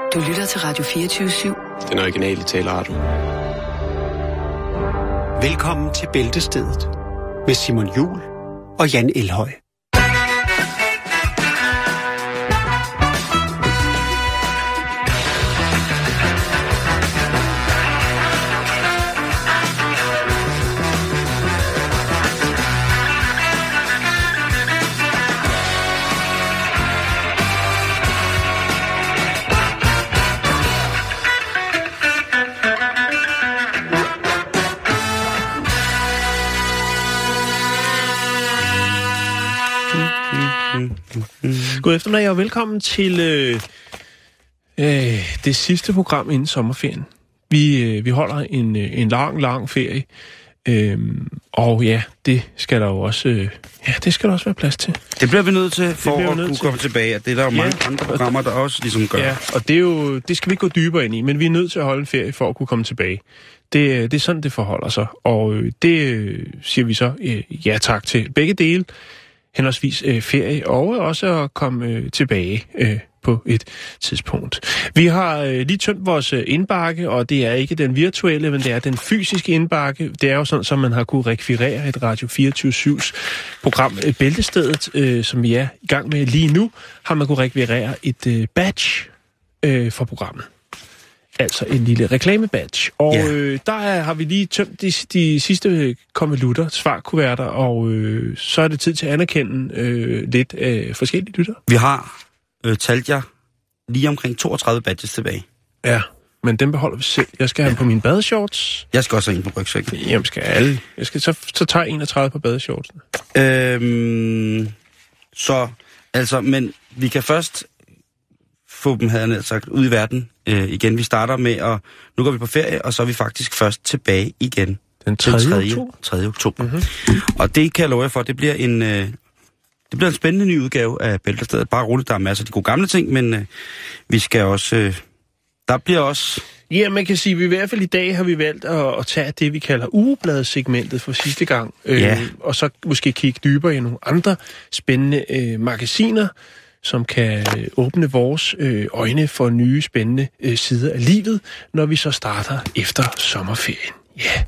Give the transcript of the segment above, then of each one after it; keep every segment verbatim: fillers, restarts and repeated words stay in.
Du lytter til Radio fireogtyve syv. Den originale taleradio. Velkommen til Bæltestedet med Simon Juhl og Jan Elhøj. God eftermiddag og velkommen til øh, øh, det sidste program inden sommerferien. Vi, øh, vi holder en, en lang, lang ferie, øh, og ja, det skal der jo også, øh, ja, det skal der også være plads til. Det bliver vi nødt til for at kunne til. komme tilbage, og det er der jo mange ja, andre programmer, der også ligesom gør. Ja, og det, er jo, det skal vi ikke gå dybere ind i, men vi er nødt til at holde en ferie for at kunne komme tilbage. Det, det er sådan, det forholder sig, og øh, det øh, siger vi så øh, ja tak til begge dele. Henholdsvis øh, ferie og også at komme øh, tilbage øh, på et tidspunkt. Vi har øh, lige tømt vores øh, indbakke, og det er ikke den virtuelle, men det er den fysiske indbakke. Det er jo sådan, som man har kunne rekvirere et Radio fireogtyve syvs program øh, Bæltestedet, øh, som vi er i gang med lige nu, har man kunne rekvirere et øh, badge øh, for programmet. Altså en lille reklamebadge. Og ja. øh, der er, har vi lige tømt de, de sidste konvolutter, svarkuverter, og øh, så er det tid til at anerkende øh, lidt øh, forskellige lytter. Vi har øh, talt jer lige omkring toogtredive badges tilbage. Ja, men dem beholder vi selv. Jeg skal have ja. på mine badeshorts. Jeg skal også have en på rygsækken. Jamen skal alle. Jeg skal, så, så tager jeg enogtredive på badeshortsene. Øhm, så, altså, men vi kan først få dem, havde jeg sagt, ud i verden øh, igen. Vi starter med at... Nu går vi på ferie, og så er vi faktisk først tilbage igen. Den tredje oktober. Mm-hmm. Og det kan jeg love jer for, det bliver en... Øh, det bliver en spændende ny udgave af Bæltestedet. Bare roligt, der er masser af de gode gamle ting, men øh, vi skal også... Øh, der bliver også... Ja, man kan sige, at vi i hvert fald i dag har vi valgt at, at tage det, vi kalder ugebladssegmentet for sidste gang. Øh, ja. Og så måske kigge dybere i nogle andre spændende øh, magasiner, som kan åbne vores øh, øjne for nye, spændende øh, sider af livet, når vi så starter efter sommerferien. Ja. Yeah.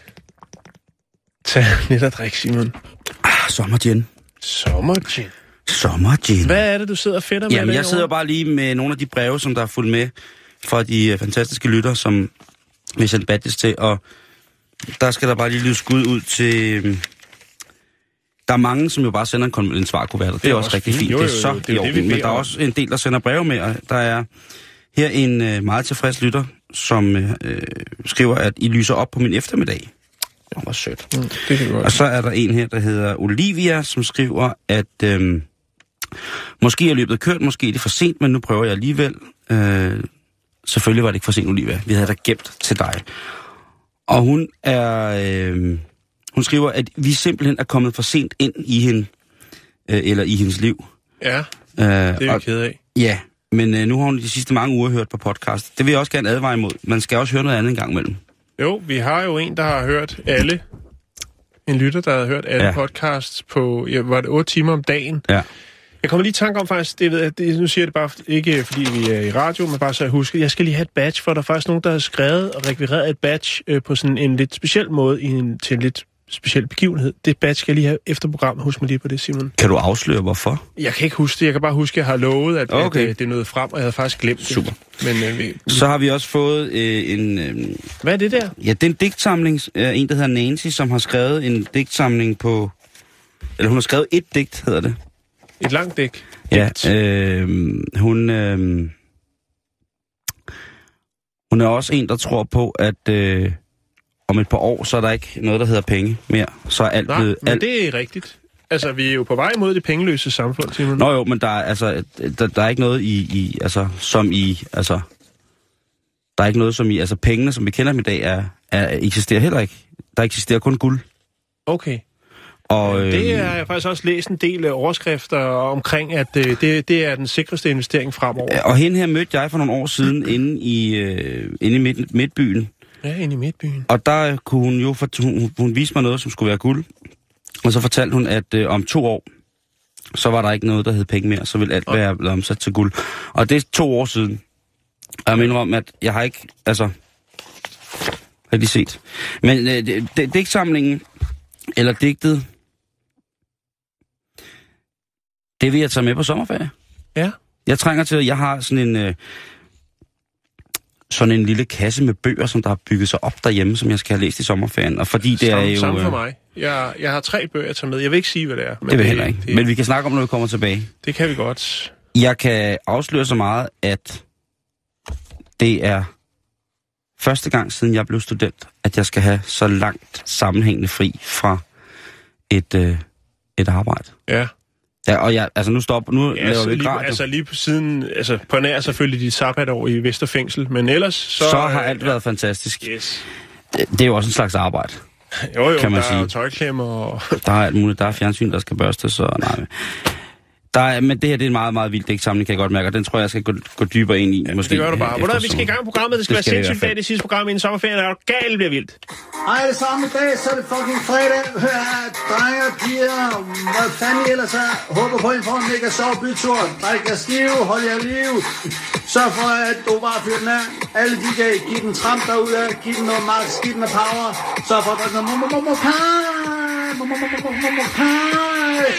Tag lidt at drikke, Simon. Ah, sommergin. Sommergin. Sommergin. Hvad er det, du sidder og fætter med? Jamen, jeg sidder bare lige med nogle af de breve, som der er fulgt med fra de uh, fantastiske lytter, som vi sendte badges til, og der skal der bare lige lyde skud ud til... Um, Der er mange, som jo bare sender en, en svarkuvert, det, det er også, også rigtig fint. Jo, jo, jo, det er så det er jo, det, men der er også en del, der sender breve med, og der er her en øh, meget tilfreds lytter, som øh, skriver, at I lyser op på min eftermiddag. Det var sødt. Mm, det kan og så er der en her, der hedder Olivia, som skriver, at øh, måske er løbet kørt, måske er det for sent, men nu prøver jeg alligevel. Øh, selvfølgelig var det ikke for sent, Olivia. Vi havde da gemt til dig. Og hun er... Øh, Hun skriver, at vi simpelthen er kommet for sent ind i hende, øh, eller i hendes liv. Ja, det er vi og, ked af. Ja, men øh, nu har hun de sidste mange uger hørt på podcast. Det vil jeg også gerne advare imod. Man skal også høre noget andet en gang imellem. Jo, vi har jo en, der har hørt alle. En lytter, der har hørt alle ja. podcasts på, ja, var det otte timer om dagen. Ja. Jeg kommer lige i tanke om faktisk, det ved jeg, det, nu siger jeg det bare ikke fordi vi er i radio, men bare så jeg husker, jeg skal lige have et badge, for der er faktisk nogen, der har skrevet og rekvireret et badge øh, på sådan en lidt speciel måde i en, til en lidt speciel begivenhed. Det badge skal jeg lige have efter programmet. Husk mig lige på det, Simon. Kan du afsløre, hvorfor? Jeg kan ikke huske det. Jeg kan bare huske, at jeg har lovet, at, okay. at, at det nåede frem, og jeg havde faktisk glemt det. Super. Men, øh, vi... Så har vi også fået øh, en... Øh... Hvad er det der? Ja, det er en digtsamling. Øh, en, der hedder Nancy, som har skrevet en digtsamling på... Eller hun har skrevet et digt, hedder det. Et langt digt? Ja. Øh, hun... Øh... Hun er også en, der tror på, at... Øh... om et par år, så er der ikke noget, der hedder penge mere. Så er alt Nej, blevet... men alt... det er rigtigt. Altså, vi er jo på vej mod det pengeløse samfund, Simon. Nå jo, men der er, altså, der, der er ikke noget i, i, altså, som i, altså... Der er ikke noget som i, altså pengene, som vi kender dem i dag, er, er, eksisterer heller ikke. Der eksisterer kun guld. Okay. Og, øh, det er jeg faktisk også læst en del overskrifter omkring, at øh, det, det er den sikreste investering fremover. Og hende her mødte jeg for nogle år siden inde i, øh, inde i midt, midtbyen. Ja, inde i midtbyen. Og der kunne hun jo, for, hun, hun viste mig noget, som skulle være guld. Og så fortalte hun, at øh, om to år, så var der ikke noget, der hed penge mere. Så ville alt være blevet omsat til guld. Og det er to år siden. jeg mener om, at jeg har ikke, altså, har lige set. Men øh, det, det, digtsamlingen, eller digtet, det vil jeg tage med på sommerferie. Ja. Jeg trænger til, jeg har sådan en, øh, sådan en lille kasse med bøger, som der har bygget sig op derhjemme, som jeg skal have læst i sommerferien. Og fordi det samme, er jo... Samme for mig. Jeg, jeg har tre bøger at tage med. Jeg vil ikke sige, hvad det er. Men det vil det, heller ikke. Det, men vi kan snakke om, når vi kommer tilbage. Det kan vi godt. Jeg kan afsløre så meget, at det er første gang siden jeg blev student, at jeg skal have så langt sammenhængende fri fra et, øh, et arbejde. Ja. Ja, og jeg, altså nu stopper, nu ja, laver vi lige, radio. Altså lige på siden, altså på nær selvfølgelig dit sabbatår i Vesterfængsel, men ellers så... Så har alt ja. været fantastisk. Yes. Det, det er jo også en slags arbejde. Jo jo, kan man der sige. er tøjklemmer og... Der er alt muligt, der er fjernsyn, der skal børstes, så nej. Der er, men det her det er en meget, meget vild digtsamling, kan jeg godt mærke, og den tror jeg, jeg skal gå, gå dybere ind i. Ja, måske det gør du bare. Hvordan vi skal i gang med programmet? Det skal, det skal være sindssygt dag, det sidste program inden sommerferien, er jo galt bliver vildt. Hej alle sammen i dag, så er det fucking fredag. Hør her, drenge og piger, hvad fanden I ellers er. Håber på, at I får en mega sjov bytur. Drik jer skive, hold jer liv. Sørg for, at du bare fyrer den af. Alle de kan give den tramp derude, giv den noget max, giv den noget power. Sørg for at drikke noget momomokai. Momomokai.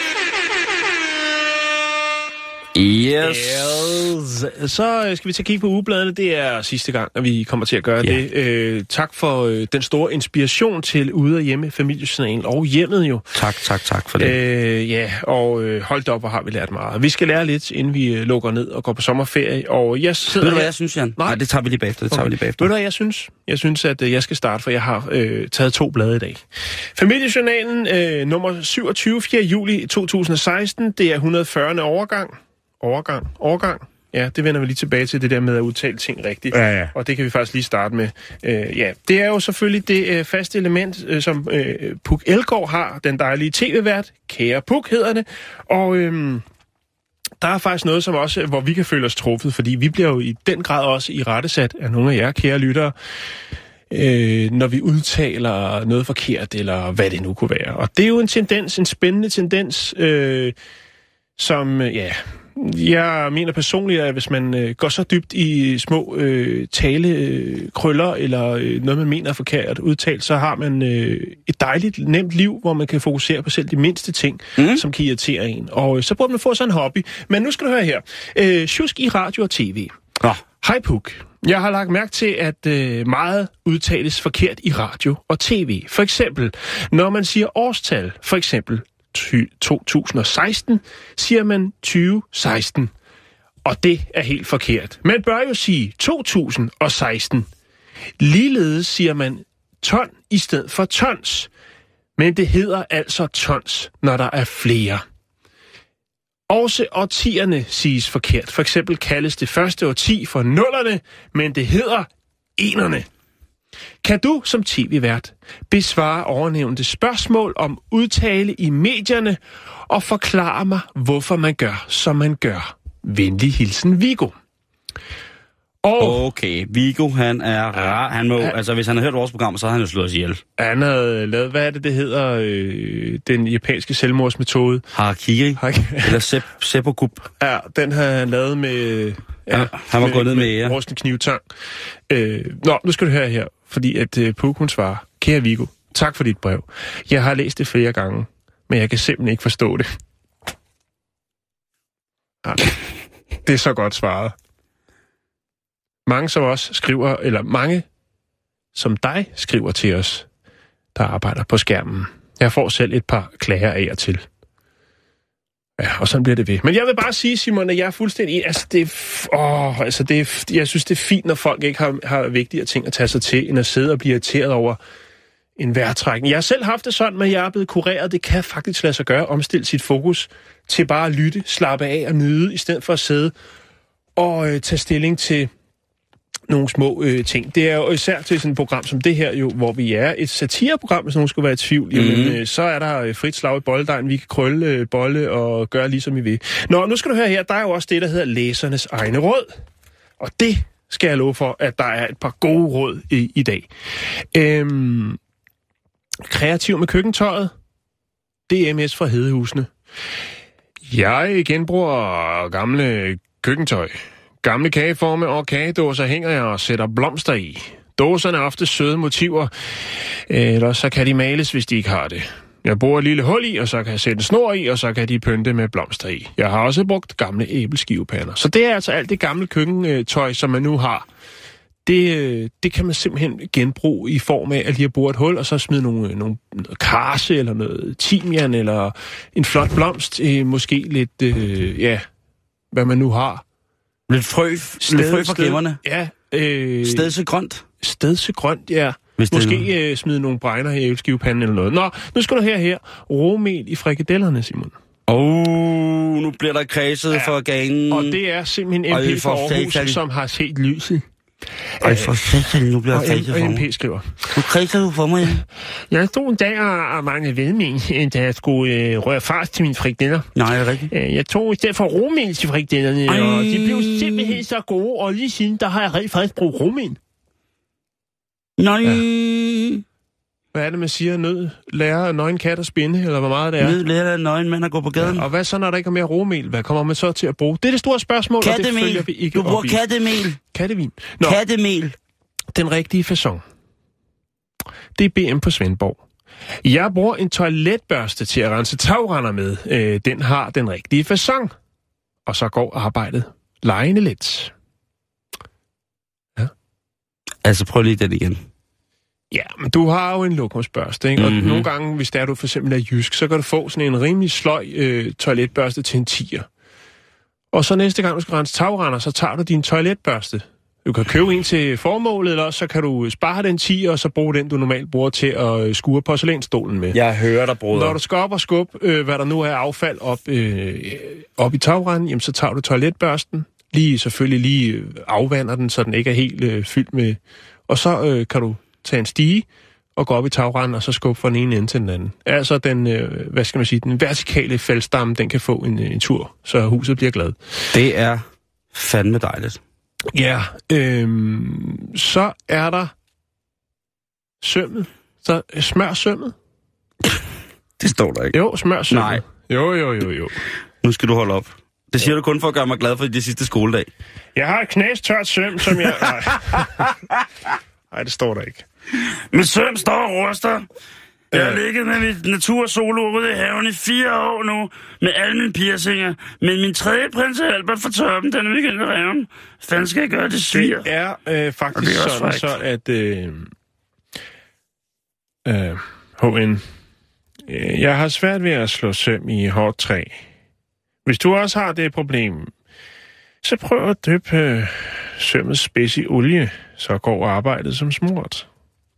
Yes. yes. Så skal vi tage kigge på ugebladene. Det er sidste gang, at vi kommer til at gøre yeah. det. Øh, tak for øh, den store inspiration til Ude og Hjemme, Familiejournalen og Hjemmet jo. Tak, tak, tak for det. Øh, ja, og øh, hold da op, hvor har vi lært meget. Vi skal lære lidt, inden vi øh, lukker ned og går på sommerferie. Og jeg sidder Ved du, hvad her... jeg synes, Jan? Nej. Nej, det tager vi lige bagefter. Det tager okay. vi lige bagefter. Ved du, hvad jeg synes? Jeg synes, at øh, jeg skal starte, for jeg har øh, taget to blade i dag. Familiejournalen, øh, nummer syvogtyve, fjerde juli to tusind og seksten. Det er et hundrede og fyrre. årgang. Overgang. Overgang. Ja, det vender vi lige tilbage til, det der med at udtale ting rigtigt. Ja, ja. Og det kan vi faktisk lige starte med. Øh, ja, det er jo selvfølgelig det øh, faste element, øh, som øh, Puk Elgård har, den dejlige tv-vært. Kære Puk hedder det. Og øh, der er faktisk noget, som også, hvor vi kan føle os truffet, fordi vi bliver jo i den grad også irettesat af nogle af jer, kære lyttere, øh, når vi udtaler noget forkert, eller hvad det nu kunne være. Og det er jo en tendens, en spændende tendens, øh, som, øh, ja... Jeg mener personligt, at hvis man øh, går så dybt i små øh, talekrøller, øh, eller øh, noget, man mener er forkert udtalt, så har man øh, et dejligt, nemt liv, hvor man kan fokusere på selv de mindste ting, mm. som kan irritere en. Og øh, så burde man få sådan en hobby. Men nu skal du høre her. Øh, Sjusk i radio og tv. Oh. Hej Puk. Jeg har lagt mærke til, at øh, meget udtales forkert i radio og tv. For eksempel, når man siger årstal, for eksempel to tusind og seksten, siger man tyve seksten. Og det er helt forkert. Man bør jo sige to tusind og seksten. Ligeledes siger man ton i stedet for tons. Men det hedder altså tons, når der er flere. Også årtierne siges forkert. For eksempel kaldes det første årti for nullerne, men det hedder enerne. Kan du som tv-vært besvare ovennævnte spørgsmål om udtale i medierne og forklare mig, hvorfor man gør, som man gør? Venlig hilsen, Viggo. Og okay, Viggo, han er rar. Han må, han, altså, hvis han har hørt vores program, så har han jo slået os ihjel. Han havde lavet, hvad er det, det hedder, øh, den japanske selvmordsmetode? Harakiri. Har- Eller sep, seppuku. Ja, den har han lavet med... Ja, han var gået ned med ære. Med knivetang. Øh, nå, nu skal du høre her, fordi at øh, Puk, hun svarer. Kære Viggo, tak for dit brev. Jeg har læst det flere gange, men jeg kan simpelthen ikke forstå det. Ja, det er så godt svaret. Mange som os skriver, eller mange som dig skriver til os, der arbejder på skærmen. Jeg får selv et par klager af og til. Ja, og sådan bliver det ved. Men jeg vil bare sige, Simon, at jeg er fuldstændig... Altså, det er, åh, altså det er, jeg synes, det er fint, når folk ikke har, har vigtigere ting at tage sig til, end at sidde og blive irriteret over en vejrtrækning. Jeg har selv haft det sådan, men jeg er blevet kureret. Det kan faktisk lade sig gøre, omstille sit fokus til bare at lytte, slappe af og nyde, i stedet for at sidde og øh, tage stilling til nogle små øh, ting. Det er jo især til sådan et program som det her, jo, hvor vi er et satireprogram, hvis nogen skulle være i tvivl. Jamen, mm-hmm. øh, så er der øh, frit slag i bolledejen. Vi kan krølle øh, bolle og gøre ligesom vi vil. Nå, nu skal du høre her. Der er jo også det, der hedder læsernes egne råd. Og det skal jeg love for, at der er et par gode råd i, i dag. Øhm, kreativ med køkkentøjet. D M S fra Hedehusene. Jeg genbruger gamle køkkentøj. Gamle kageforme og kagedåser hænger jeg og sætter blomster i. Dåserne er ofte søde motiver, eller så kan de males, hvis de ikke har det. Jeg bruger et lille hul i, og så kan jeg sætte en snor i, og så kan de pynte med blomster i. Jeg har også brugt gamle æbleskivepander. Så det er altså alt det gamle køkkentøj, som man nu har. Det, det kan man simpelthen genbruge i form af at lige bruge et hul, og så smide nogle, nogle karse, eller noget timian, eller en flot blomst, måske lidt, øh, ja, hvad man nu har. Lidt frø, sted, lidt frø for gemmerne. Ja. Øh, Stedse grønt. Stedse grønt, ja. Hvis måske øh, smide nogle bregner i æbskivepanden eller noget. Nå, nu skal du her her. Råmel i frikadellerne, Simon. Åh, oh, nu bliver der kredset ja, for ganen. Og det er simpelthen M P for Aarhus, satan, som har set lyset. Ej, for satan, nu bliver der kredset for mig. Og M P skriver. Nu kredser du for mig, ja. Jeg stod en dag og manglede vedmel, da jeg skulle øh, røre fars til mine frikadeller. Nej, det er rigtigt. Jeg tog i stedet for råmel til frikadellerne, Ej. og de blev simpelthen så gode. Og lige siden, der har jeg rigtig faktisk brugt råmel. Nej. Ja. Hvad er det, man siger? Nød lærer nøgen kat at spinde, eller hvor meget det er? Nød lærer nøgen mand at gå på gaden. Ja, og hvad så, når der ikke er mere råmel? Hvad kommer man så til at bruge? Det er det store spørgsmål, kattemel. Og det følger vi ikke Du bruger op i. kattemel. Kattevin. Nå, kattemel. Den rigtige facon. Det er B M på Svendborg. Jeg bruger en toiletbørste til at rense tagrender med. Øh, den har den rigtige facon. Og så går arbejdet lejende let. Ja. Altså, prøv lige den igen. Ja, men du har jo en lokumsbørste, ikke? Mm-hmm. Og nogle gange, hvis der er du for eksempel er jysk, så kan du få sådan en rimelig sløj øh, toiletbørste til en tier. Og så næste gang, du skal rense tagrender, så tager du din toiletbørste. Du kan købe en til formålet, eller så kan du spare den tier, og så bruge den, du normalt bruger til at skure porcelænsstolen med. Jeg hører dig, broder. Når du skal op og skubbe, øh, hvad der nu er affald op, øh, op i tagrenden, jamen så tager du toiletbørsten. Lige selvfølgelig lige afvander den, så den ikke er helt øh, fyldt med. Og så øh, kan du tage en stige og gå op i tagrenden, og så skubbe fra den ene ende til den anden. Altså den, øh, hvad skal man sige, den vertikale faldstamme, den kan få en, en tur, så huset bliver glad. Det er fandme dejligt. Ja, øh, så er der sømmet. Så smør sømmet. Det står der ikke. Jo, smør sømmet. Nej. Jo, jo, jo, jo. Nu skal du holde op. Det siger ja. du kun for at gøre mig glad for det sidste skoledag. Jeg har et knæstørt søm, som jeg... Nej, det står der ikke. Mit søm står og ruster. Jeg har ligget med mit natursolo ude i haven i fire år nu, med alle mine piercinger. Men min tredje prins Albert fra toppen, den er weekend i reven. Fanden skal jeg gøre det sviger? Det er øh, faktisk er sådan, så at... Øh, øh, H N. Øh, jeg har svært ved at slå søm i hårdt træ. Hvis du også har det problem, så prøv at dyppe øh, sømmets spids i olie, så går arbejdet som smurt.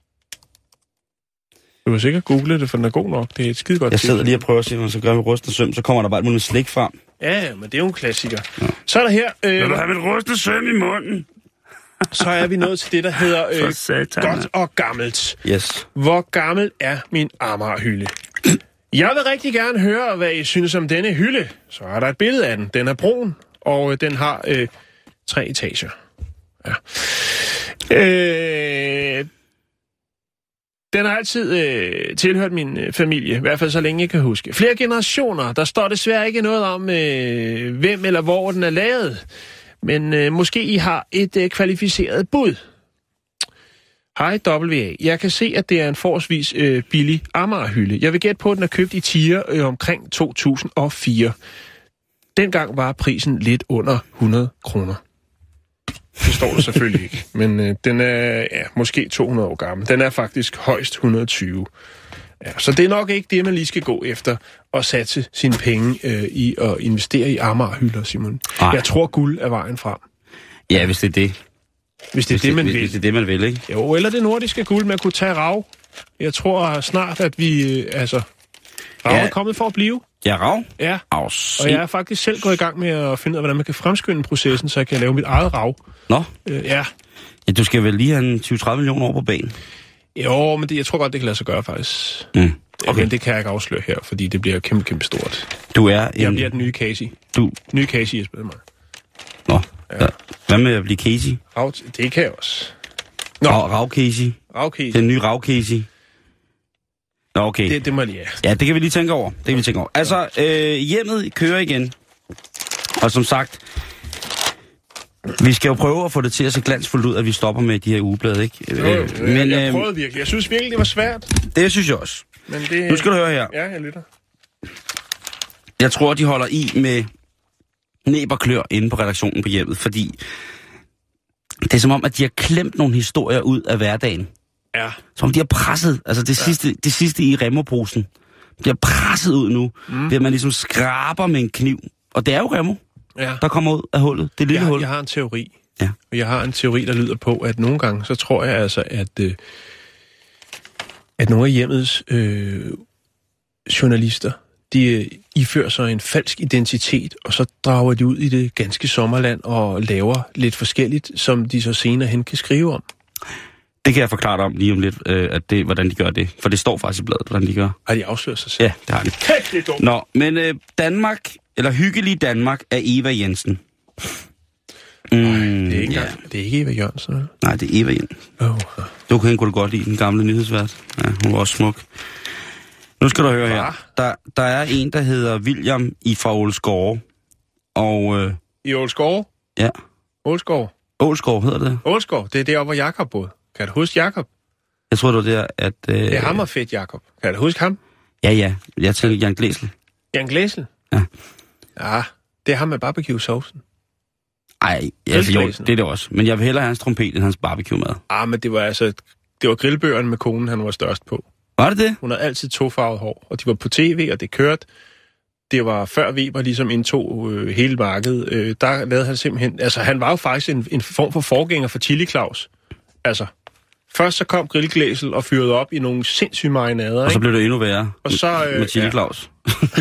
Du kan sikkert google det, for den er god nok. Det er et skide godt. Jeg sidder lige og prøver at se, om man så gør med rustende søm, så kommer der bare et slik frem. Ja, men det er jo en klassiker. Ja. Så er der her... Øh, Vil du have mit rustende søm i munden? Så er vi nået til det, der hedder øh, satan, godt og gammelt. Yes. Hvor gammel er min Amager-hylde? Jeg vil rigtig gerne høre, hvad I synes om denne hylde. Så er der et billede af den. Den er brun, og øh, den har øh, tre etager. Ja. Øh, den har altid øh, tilhørt min øh, familie, i hvert fald så længe jeg kan huske. Flere generationer, der står desværre ikke noget om, øh, hvem eller hvor den er lavet. Men øh, måske I har et øh, kvalificeret bud. Hej W A. Jeg kan se, at det er en forholdsvis øh, billig Amager-hylde. Jeg vil gætte på, at den er købt i tier øh, omkring to tusind og fire. Dengang var prisen lidt under hundrede kroner. Det står der selvfølgelig ikke, men øh, den er ja, måske to hundrede år gammel. Den er faktisk højst et hundrede og tyve. Ja, så det er nok ikke det, man lige skal gå efter og satse sine penge øh, i at investere i Amager-hylder, Simon. Ej. Jeg tror, guld er vejen frem. Ja, hvis det er det. Hvis det er hvis det, man hvis, vil. Hvis det er det, man vil, ikke? Jo, eller det nordiske guld, man kunne tage rav. Jeg tror snart, at vi... Øh, altså, rav ja. er kommet for at blive. Ja, rav? Ja, Au, og jeg er faktisk selv gået i gang med at finde ud af, hvordan man kan fremskynde processen, så jeg kan lave mit eget rav. Nå? Øh, ja. Ja, du skal vel lige have en tyve til tredive millioner år på banen. Jo, men det, jeg tror godt, det kan lade sig gøre, faktisk. Mm. Okay. Men det kan jeg ikke afsløre her, fordi det bliver kæmpe, kæmpe stort. Du er en... Jeg bliver den nye Casey. Du... Nye Casey, jeg spiller mig. Nå, ja. Hvad med at blive Casey? Rav, det kan jeg også. Nå. Rav, rav Casey. Rav Casey. Den nye Rav Casey. Nå, okay. Det, det må lige, ja. Ja, det kan vi lige tænke over. Det kan vi tænke over. Altså, øh, hjemmet kører igen. Og som sagt, Vi skal jo prøve at få det til at se glansfuldt ud, at vi stopper med de her ugeblade, ikke? Jo, jo, Men, jeg, jeg øh, prøvede virkelig. Jeg synes virkelig, det var svært. Det synes jeg også. Men det, Nu skal du høre her. Ja, jeg lytter. Jeg tror, de holder i med næb og klør inde på redaktionen på hjemmet, fordi det er som om, at de har klemt nogle historier ud af hverdagen. Ja. Som om de har presset, altså det, ja. sidste, det sidste i Remo-posen. De har presset ud nu, mm. ved at man ligesom skraber med en kniv. Og det er jo Remo, ja. der kommer ud af hullet. Det lille jeg, hul. Jeg har en teori. Ja. Og jeg har en teori, der lyder på, at nogle gange, så tror jeg altså, at, øh, at nogle af hjemmets øh, journalister, de øh, ifører sig en falsk identitet, og så drager de ud i det ganske sommerland og laver lidt forskelligt, som de så senere hen kan skrive om. Det kan jeg forklare dig om lige om lidt, øh, at det, hvordan de gør det. For det står faktisk i bladet, hvordan de gør. Har de afsløret sig selv? Ja, det har de. Kæft, det er dumt. Nå, men øh, Danmark, eller Hyggelig Danmark, er Eva Jensen. Mm, Nej, det er ikke, ja. engang, det er ikke Eva Jørgensen, eller? Nej, det er Eva Jensen. Oh. Du kan kunne godt lide den gamle nyhedsvært. Ja, hun var også smuk. Nu skal du høre Hva? her. Der, der er en, der hedder William i fra Ålsgårde. Og... Øh, I Ålsgårde? ja. Ålsgårde? Ålsgårde hedder det. Ålsgårde, det er deroppe, hvor Jakob boede. Kan du huske Jakob? Jeg tror, det var der, at... Øh, Det er ham og fedt Jakob. Kan du huske ham? Ja, ja. Jeg tænker Jan Glæsel. Jan Glæsel? Ja. Ja, det er ham med barbecue-saucen. Ej, altså, jo, det er det også. Men jeg vil hellere have hans trompet end hans barbecue-mad. Ah, men det var altså... Det var grillbøgerne med konen, han var størst på. Var det det? Hun havde altid tofarvet hår, og de var på tv, og det kørte. Det var før Weber ligesom indtog øh, hele markedet. Øh, der lavede han simpelthen... Altså, han var jo faktisk en, en form for forgænger for Chili Claus. Altså, først så kom Grillglæsel og fyrede op i nogle sindssyge marinader, Og så ikke? blev det endnu værre Og så, øh, med Chili ja. Claus.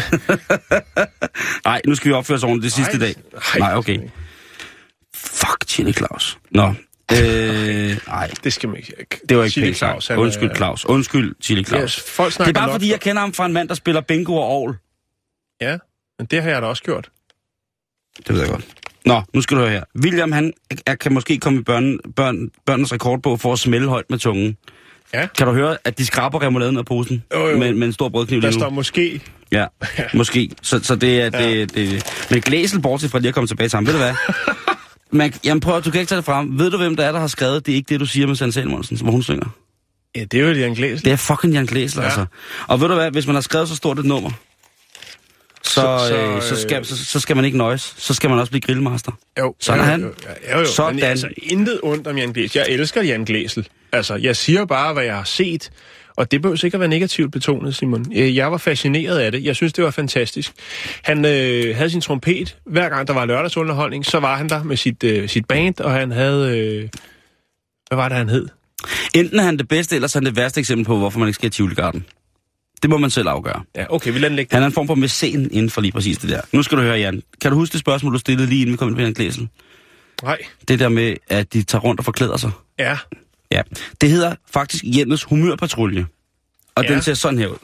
Nej, nu skal vi opføre os ordentligt det sidste Nej, dag. nej, Nej, okay. Fuck Chili Claus. Nå. Øh, nej, Det skal man ikke... det var ikke Chili pænt Claus, sagt. han Undskyld, er- Claus. Undskyld, Chili Ja, Claus. folk Det snakker er bare nok fordi, for- jeg kender ham fra en mand, der spiller bingo og ovl. Ja, men det har jeg da også gjort. Det ved jeg godt. Nå, nu skal du høre her. William, han er, kan måske komme i børn, børn, børnenes rekordbog for at smelle højt med tungen. Ja. Kan du høre, at de skraber remouladen af posen Jo, jo. Med, med en stor brødkniv Der lige nu? står måske... Ja, måske. Så, så det er... Det, ja. det, men Glæsel, bortset fra lige at komme tilbage til ham, ved du hvad? Man, jamen prøv, du kan ikke tage det frem. Ved du, hvem der er, der har skrevet, det er ikke det, du siger med Sanne Salomonsen, hvor hun synger? Ja, det er jo Jan Glæsel. Det er fucking Jan Glæsel, ja. Altså. Og ved du hvad, hvis man har skrevet så stort et nummer, så, så, Så- øh, så, skal, så, så skal man ikke nøjes. Så skal man også blive grillmaster. Jo, Sådan jo, er han. Jo, jo, jo. Sådan. Men altså, intet ondt om Jan Glæsel. Jeg elsker Jan Glæsel. Altså, jeg siger bare, hvad jeg har set. Og det behøver sikkert være negativt betonet, Simon. Jeg var fascineret af det. Jeg synes, det var fantastisk. Han øh, havde sin trompet. Hver gang der var lørdagsunderholdning, så var han der med sit, øh, sit band, og han havde... Øh, hvad var det, han hed? Enten er han det bedste, eller så er han det værste eksempel på, hvorfor man ikke skal i Tivoli Garden. Det må man selv afgøre. Ja, okay, vi lader den ligge. Han er en form for mæcen inden for lige præcis det der. Nu skal du høre, Jan. Kan du huske det spørgsmål, du stillede lige inden vi kom ind på Jan Glæsel? Nej. Det der med, at de tager rundt og forklæder sig. Ja. Ja. Det hedder faktisk hjemmets humørpatrulje. Og Ja. den ser sådan her ud.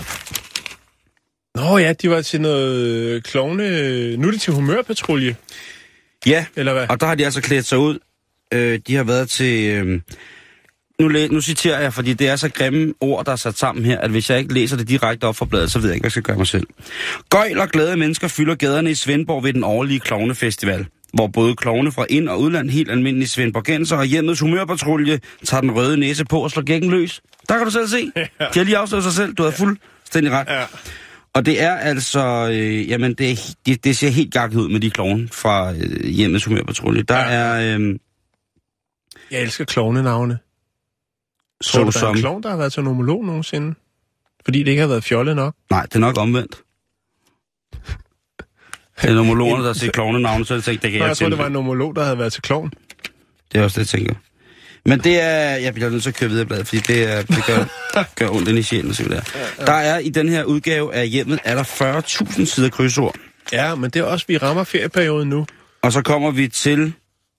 Nå ja, de var til noget klovne... Nu er det til humørpatrulje, Ja, eller hvad? og der har de altså klædt sig ud. Øh, de har været til... Øh, nu, læ- nu citerer jeg, fordi det er så grimme ord, der er sat sammen her, at hvis jeg ikke læser det direkte op fra bladet, så ved jeg ikke, hvad jeg skal gøre mig selv. Gøjl og glade mennesker fylder gaderne i Svendborg ved den årlige klovnefestival, hvor både klovne fra ind- og udland, helt almindelige svendborgenser og hjemmets humørpatrulje tager den røde næse på og slår gækken løs. Der kan du selv se. De har lige afsløret sig selv. Du har fuldstændig ret. Ja. Og det er altså, øh, jamen det, er, det, det ser helt gakket ud med de klovne fra øh, hjemmets humørpatrulje. Der Ja. er øh, Jeg elsker klovnenavne. Tror du, der er såsom... en klovn, der har været til nomolog nogensinde? Fordi det ikke har været fjollet nok? Nej, det er nok omvendt. Det er nomologerne, der siger klovnenavne, så er det tænkt, det kan Nå, jeg jeg tror, det tænke. var en nomolog, der havde været til klovn. Det er også det, jeg tænker. Men det er... Jeg bliver nødt til at køre videre i bladet, fordi det, er, det gør, gør ondt ind i sjælen. Så der. der er i den her udgave af hjemmet, er der fyrre tusind sider krydsord. Ja, men det er også, vi rammer ferieperioden nu. Og så kommer vi til...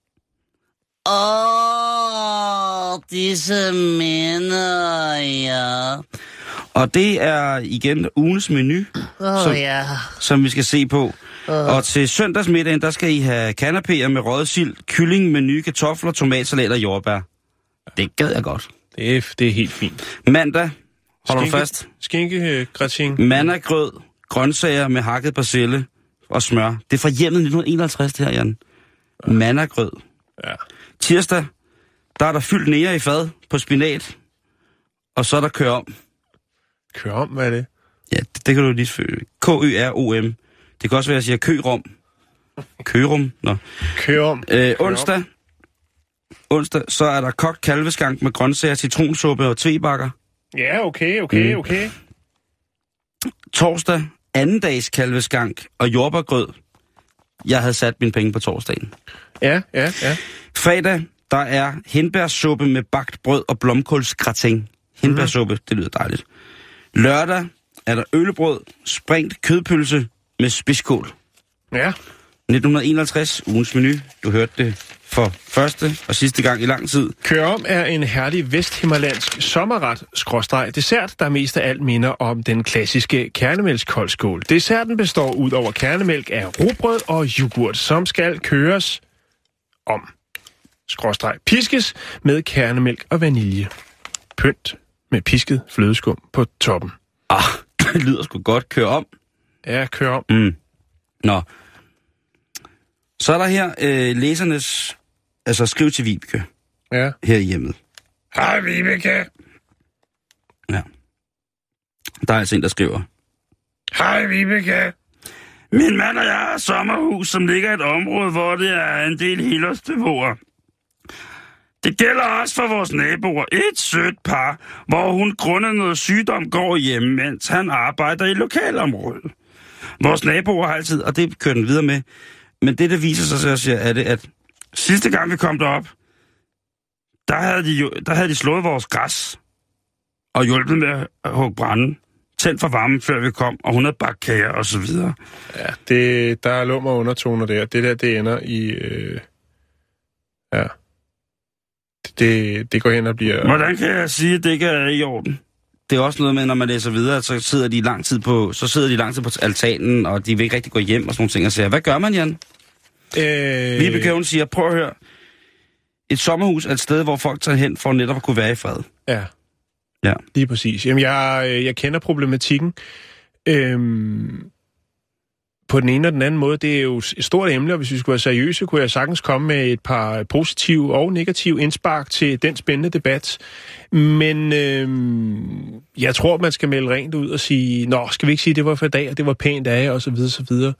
Åh, disse minder, ja. Og det er igen ugens menu, Åh, som, ja. som vi skal se på. Og til søndagsmiddagen, der skal I have kanapéer med røget sild, kylling med nye kartofler, tomatsalat og jordbær. Det gad jeg godt. Det er, det er helt fint. Mandag, hold du fast, Skinkegratin. mandagrød, grøntsager med hakket persille og smør. Det er fra hjemmet nitten enoghalvtreds, det her, Jan. mannagrød. Ja. Tirsdag, der er der fyldt nære i fad på spinat, og så er der kør om. Kør om, hvad er det? Ja, det, det kan du lige føle. K Ø R O M. Det kan også være, at jeg siger kørom. Kørum. Nå. Kør om. Øh, onsdag, onsdag, så er der kogt kalveskank med grøntsager, citronsuppe og tvebakker. Ja, okay, okay, Mm. okay. Torsdag, anden dags kalveskank og jordbærgrød. Jeg havde sat mine penge på torsdagen. Ja, ja, ja. Fredag, der er hindbærsuppe med bagt brød og blomkålsgratin. Hindbærsuppe, mm. det lyder dejligt. Lørdag er der øllebrød, sprængt kødpølse med spidskål. Ja. nitten enoghalvtreds, ugens menu. Du hørte det for første og sidste gang i lang tid. Kør om er en herlig vesthimmerlandsk sommerret, skråstreg dessert, der mest af alt minder om den klassiske kernemælkskoldskål. Desserten består ud over kernemælk af rugbrød og yoghurt, som skal køres om. Skråstreg piskes med kernemælk og vanilje. Pynt med pisket flødeskum på toppen. Ah, det lyder sgu godt. Kør om. Ja, kør om. Mm. Nå. Så er der her øh, læsernes... Altså, skriv til Vibeke. Ja. Her i hjemmet. Hej, Vibeke. Ja. Der er altså en, der skriver. Hej, Vibeke. Min mand og jeg har et sommerhus, som ligger i et område, hvor det er en del helårsbeboere. Det gælder også for vores naboer. Et sødt par, hvor hun grundet noget sygdom går hjemme, mens han arbejder i lokalområdet. Vores naboer har altid, og det kører den videre med, men det, der viser sig, så siger, er det, at sidste gang vi kom derop, der havde de, jo, der havde de slået vores græs og hjulpet med at hugge branden. Tændt for varmen, før vi kom, og hun havde bagt kager og så videre. Ja, det, der er lummer undertoner der. Det der, det ender i... Øh, ja. Det, det går hen og bliver... Hvordan kan jeg sige, at det ikke er i orden? Det er også noget med, når man læser videre, så sidder de lang tid på, så sidder de lang tid på altanen, og de vil ikke rigtig gå hjem og sådan nogle ting, og siger, hvad gør man, Jan? Øh... Vibeke, hun siger, prøv at høre. Et sommerhus er et sted, hvor folk tager hen for netop at kunne være i fred. Ja. Ja. Lige præcis. Jamen, jeg, jeg kender problematikken. Øhm, på den ene og den anden måde, det er jo et stort emne, og hvis vi skulle være seriøse, kunne jeg sagtens komme med et par positive og negative indspark til den spændende debat. Men øhm, jeg tror, man skal melde rent ud og sige, nå, skal vi ikke sige, det var for i dag, og det var pænt af, og så videre, så videre.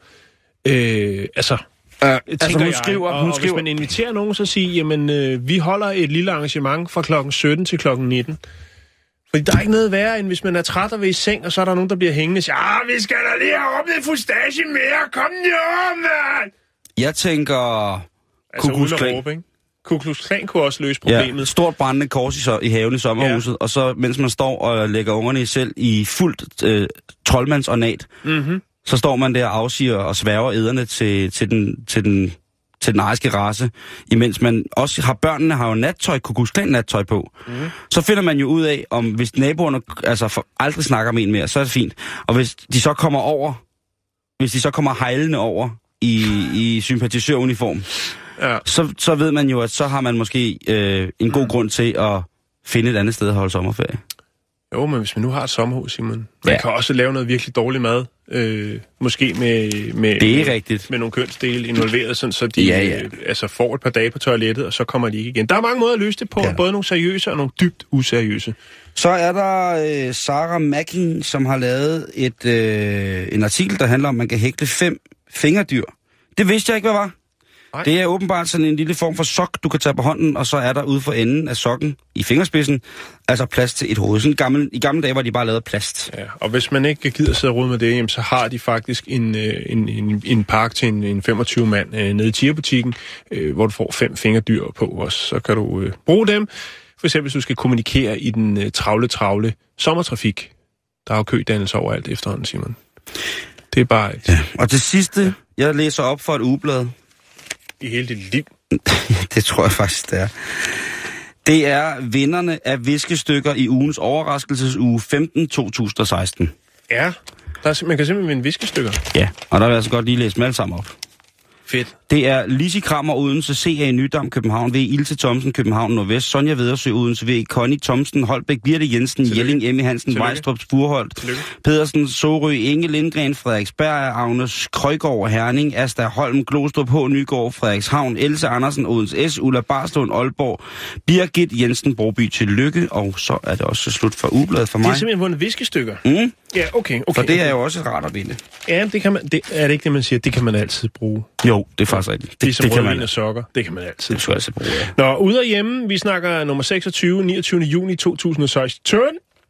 Øh, altså... Uh, altså, hun skriver, og, hun og skriver... hvis man inviterer nogen, så siger, jamen, øh, vi holder et lille arrangement fra klokken sytten til klokken nitten. Fordi der er ikke noget værre, end hvis man er træt og ved i seng, og så er der nogen, der bliver hængende og siger, ah, vi skal da lige have åbnet fustache mere, kom nu, mand! Jeg tænker... Altså uden at råbe, ikke? Ku Klux Klan kunne også løse problemet. Ja, stort brændende kors i, så, i haven i sommerhuset, ja. Og så mens man står og lægger ungerne i selv i fuldt øh, troldmandsornat, mm-hmm. så står man der og afsiger og sværger æderne til, til den... Til den til den ariske race, imens man også har børnene har jo nattøj, Ku Klux Klan nattøj på. Mm. Så finder man jo ud af, om hvis naboerne altså for, aldrig snakker med en mere, så er det fint. Og hvis de så kommer over, hvis de så kommer hejlende over i, i sympatisøruniform, ja. så, så ved man jo, at så har man måske øh, en god mm. grund til at finde et andet sted at holde sommerferie. Jo, men hvis man nu har et sommerhus, Simon, man ja. kan også lave noget virkelig dårlig mad. Øh, måske med, med, det er med, rigtigt. med nogle kønsdele involveret, sådan, så de ja, ja. Øh, altså får et par dage på toilettet, og så kommer de ikke igen. Der er mange måder at løse det på, ja. både nogle seriøse og nogle dybt useriøse. Så er der øh, Sarah Mackin, som har lavet et, øh, en artikel, der handler om, at man kan hækle fem fingerdyr. Det vidste jeg ikke, hvad var. Nej. Det er åbenbart sådan en lille form for sok, du kan tage på hånden, og så er der ude for enden af sokken i fingerspidsen, altså plads til et hoved. Sådan gammel, i gamle dage var de bare lavet af plast. Ja, og hvis man ikke gider sidde og rode med det, jamen, så har de faktisk en, en, en, en park til en, en femogtyve mand øh, nede i Tier-butikken, øh, hvor du får fem fingerdyr på også. Så kan du øh, bruge dem, for eksempel hvis du skal kommunikere i den øh, travle, travle sommertrafik. Der er jo kødannelse overalt efterhånden, Simon. Det er bare et... Ja. Og det sidste, jeg læser op for et ugeblad. I hele dit liv? Det tror jeg faktisk, det er. Det er vinderne af viskestykker i ugens overraskelsesuge femten to tusind og seksten. Ja, der er, man kan simpelthen vinde viskestykker. Ja, og der vil jeg altså godt lige læse dem alle sammen op. Fedt. Det er Lizzie Krammer, Odense, C A Nydam, København, V. Ilse Thomsen, København, Nordvest, Sonja Vedersø, Odense, V. Connie Thomsen, Holbæk, Birte Jensen, Tillykke. Jelling, Emmy Hansen, Tillykke. Vejstrup, Spurholdt, Tillykke. Pedersen, Sorø, Inge Lindgren, Frederiksberg, Agnes Krøjgaard, Herning, Asta Holm, Glostrup, H. Nygaard, Frederikshavn, Else Andersen, Odense S, Ulla Barslund, Aalborg, Birgit Jensen, Broby, Tillykke, og så er det også slut for ugebladet for mig. Det er simpelthen vundet viskestykker. Mm. Ja, okay, okay. For det okay. er jo også rart at vinde. Ja, det kan man, det, er det ikke det, man siger? Det kan man altid bruge. Jo, det er faktisk rigtigt. Det, ligesom det kan man og sokker, det kan man altid. Det skal altså bruge, ja. Nå, ude af hjemme, vi snakker nummer seksogtyve, niogtyvende juni to tusind og seksten.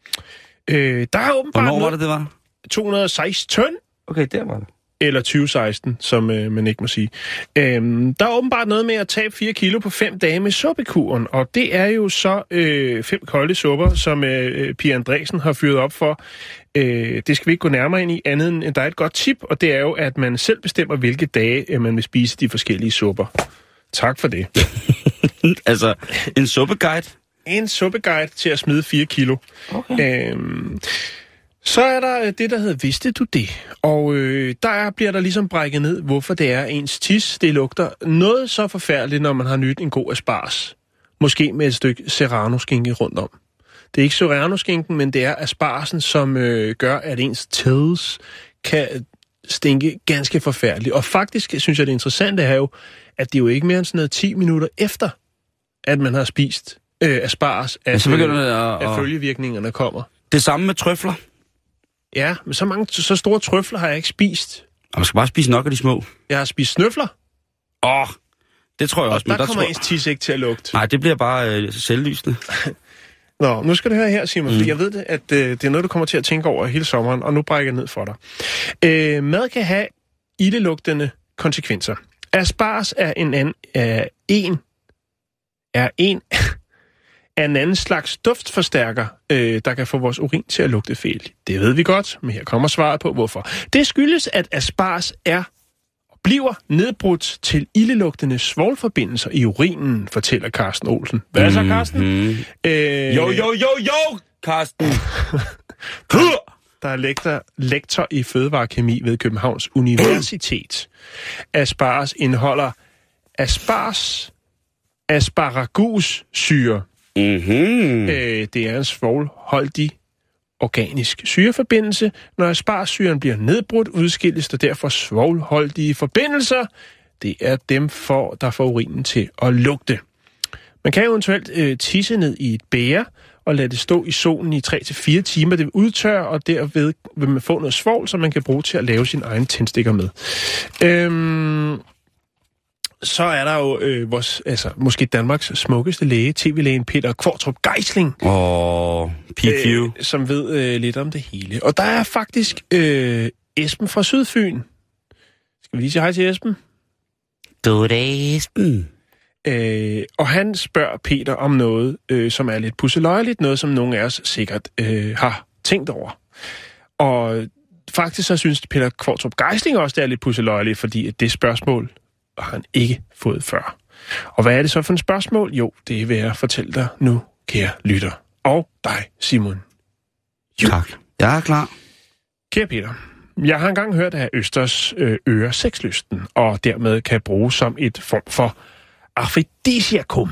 Øh, der er åbenbart... Hvornår var det, det var? to hundrede og seksten. Okay, der var det. Eller tyve seksten, som øh, man ikke må sige. Øhm, der er åbenbart noget med at tabe fire kilo på fem dage med suppekuren, og det er jo så øh, fem kolde supper, som øh, Pia Andresen har fyret op for. Øh, det skal vi ikke gå nærmere ind i, andet end der er et godt tip, og det er jo, at man selv bestemmer, hvilke dage øh, man vil spise de forskellige supper. Tak for det. Altså, en suppeguide? En suppeguide til at smide fire kilo. Okay. Øhm, Så er der det, der hedder Vidste du det? Og øh, der bliver der ligesom brækket ned, hvorfor det er ens tis. Det lugter noget så forfærdeligt, når man har nyt en god asparges. Måske med et stykke serrano-skinke rundt om. Det er ikke serrano-skinken, men det er aspargesen, som øh, gør, at ens tis kan stinke ganske forfærdeligt. Og faktisk synes jeg, det interessante er jo, at det er jo ikke mere end sådan noget ti minutter efter, at man har spist øh, asparges, at, så begynder det at, at følgevirkningerne kommer. Det samme med trøfler. Ja, men så mange, så store trøfler har jeg ikke spist. Og man skal bare spise nok af de små. Jeg har spist snøfler. Åh, oh, det tror jeg og også. Der, men der kommer tror... ens tis ikke til at lugte. Nej, det bliver bare øh, selvlysende. Nå, nu skal du høre her, Simon, mm. for jeg ved det, at øh, det er noget, du kommer til at tænke over hele sommeren, og nu brækker jeg ned for dig. Øh, mad kan have ildelugtende konsekvenser. Asparges er en anden, er en, er en af en anden slags duftforstærker, øh, der kan få vores urin til at lugte fælt. Det ved vi godt, men her kommer svaret på, hvorfor. Det skyldes, at asparges er og bliver nedbrudt til ildelugtende svovlforbindelser i urinen, fortæller Carsten Olsen. Hvad er så, Carsten? Mm-hmm. Øh, jo, jo, jo, jo, Carsten! Der er lektor, lektor i fødevarekemi ved Københavns Universitet. Asparges indeholder asparges, asparagussyre. Mm-hmm. Øh, det er en svovlholdig organisk syreforbindelse. Når aspargessyren bliver nedbrudt, udskilles der derfor svovlholdige forbindelser. Det er dem, for, der får urinen til at lugte. Man kan eventuelt øh, tisse ned i et bæger og lade det stå i solen i tre til fire timer. Det vil udtørre, og derved vil man få noget svovl, som man kan bruge til at lave sin egen tændstikker med. Øhm, så er der jo øh, vores, altså, måske Danmarks smukkeste læge, tv-lægen Peter Qvortrup Geisling. Åh, oh, P Q. Øh, som ved øh, lidt om det hele. Og der er faktisk øh, Esben fra Sydfyn. Skal vi lige sige hej til Esben? Goddag, Esben. Øh, og han spørger Peter om noget, øh, som er lidt pusseløjeligt, noget som nogle af os sikkert øh, har tænkt over. Og faktisk så synes Peter Qvortrup Geisling også, det er lidt pusseløjeligt, fordi det spørgsmål har han ikke fået før. Og hvad er det så for et spørgsmål? Jo, det vil jeg fortælle dig nu, kære lytter. Og dig, Simon. Jo. Tak. Jeg er klar. Kære Peter, jeg har engang hørt, at østers øh, øger sexlysten, og dermed kan bruges som et form for afrodisiakum.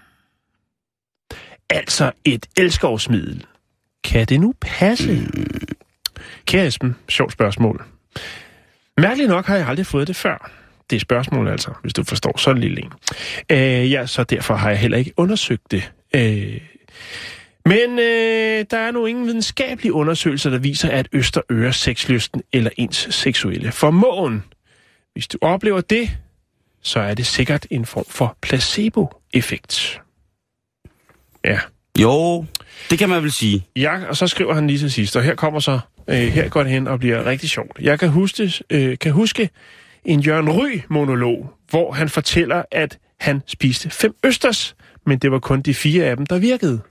Altså et elskovsmiddel. Kan det nu passe? Mm. Kære Esben, sjovt spørgsmål. Mærkeligt nok har jeg aldrig fået det før. Det er spørgsmål altså, hvis du forstår sådan lille en. Øh, ja, så derfor har jeg heller ikke undersøgt det. Øh, men øh, der er nu ingen videnskabelige undersøgelser, der viser, at øster øger sexlysten eller ens seksuelle formåen. Hvis du oplever det, så er det sikkert en form for placebo-effekt. Ja. Jo, det kan man vel sige. Ja, og så skriver han lige til sidst, og her kommer så, øh, her går det hen og bliver rigtig sjovt. Jeg kan huske, øh, kan huske en Jørgen Ryg-monolog, hvor han fortæller, at han spiste fem østers, men det var kun de fire af dem, der virkede.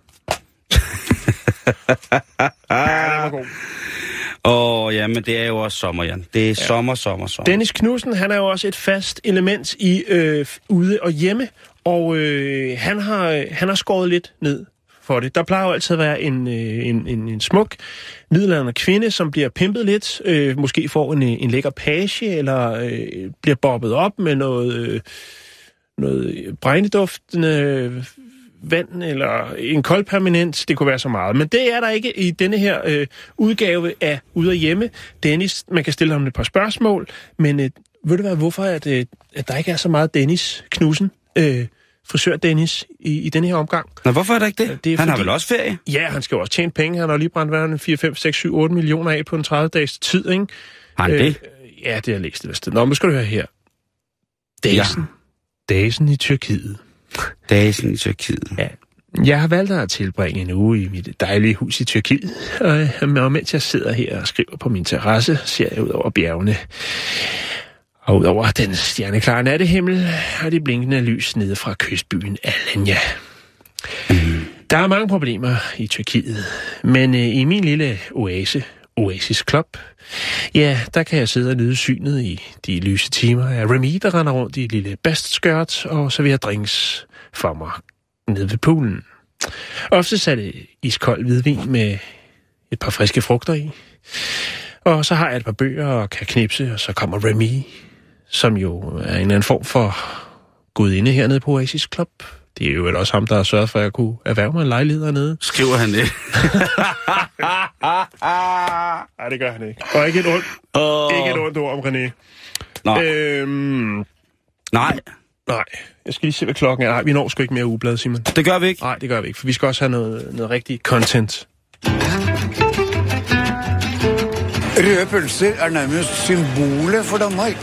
Ja, det var god. Åh, oh, ja, men det er jo også sommer, Jan. Det er ja. sommer, sommer, sommer. Dennis Knudsen, han er jo også et fast element i øh, ude og hjemme, og øh, han, har, han har skåret lidt ned for det. Der plejer jo altid at være en, en, en, en smuk, middelaldrende kvinde, som bliver pimpet lidt, øh, måske får en, en lækker page, eller øh, bliver bobbet op med noget, øh, noget brændeduftende vand, eller en kold permanent. Det kunne være så meget. Men det er der ikke i denne her øh, udgave af Ude af Hjemme. Dennis, man kan stille ham et par spørgsmål, men øh, ved du hvad, hvorfor at, øh, at der ikke er så meget Dennis Knudsen, øh, frisør Dennis, i, i denne her omgang? Nå, hvorfor er der ikke det? det han fordi, har vel også ferie? Ja, han skal jo også tjene penge. Han har lige brændt hverandre fire, fem, seks, syv, otte millioner af på en tredive dages tid, ikke? Har han øh, det? Ja, det har jeg læst et sted. Nå, men skal du høre her. Dagen. Ja. Dagen i Tyrkiet. Dagen i Tyrkiet. Ja. Jeg har valgt at tilbringe en uge i mit dejlige hus i Tyrkiet, og mens jeg sidder her og skriver på min terrasse, ser jeg ud over bjergene. Og ud over den stjerneklare nattehimmel og de blinkende lys nede fra kystbyen Alanya. Mm. Der er mange problemer i Tyrkiet, men øh, i min lille oase, Oasis Club, ja, der kan jeg sidde og nyde synet i de lyse timer af Remy, der render rundt i et lille bastskørt og serverer drinks for mig nede ved poolen. Ofte er det iskold hvidvin med et par friske frugter i. Og så har jeg et par bøger og kan knipse, og så kommer Remy, som jo er en eller anden form for gudinde hernede på Oasis Club. Det er jo vel også ham, der har sørget for, at jeg kunne erhverve mig en lejlighed hernede. Skriver han det? Nej, det gør han ikke. Og ikke et ondt, oh. ikke et ondt ord om René. Nej. Øhm, Nej. Nej, jeg skal lige se, hvad klokken er. Nej, vi når sgu ikke mere ugeblad, Simon. Det gør vi ikke. Nej, det gør vi ikke, for vi skal også have noget, noget rigtig content. Røde pølser er nærmest symbolet for Danmark.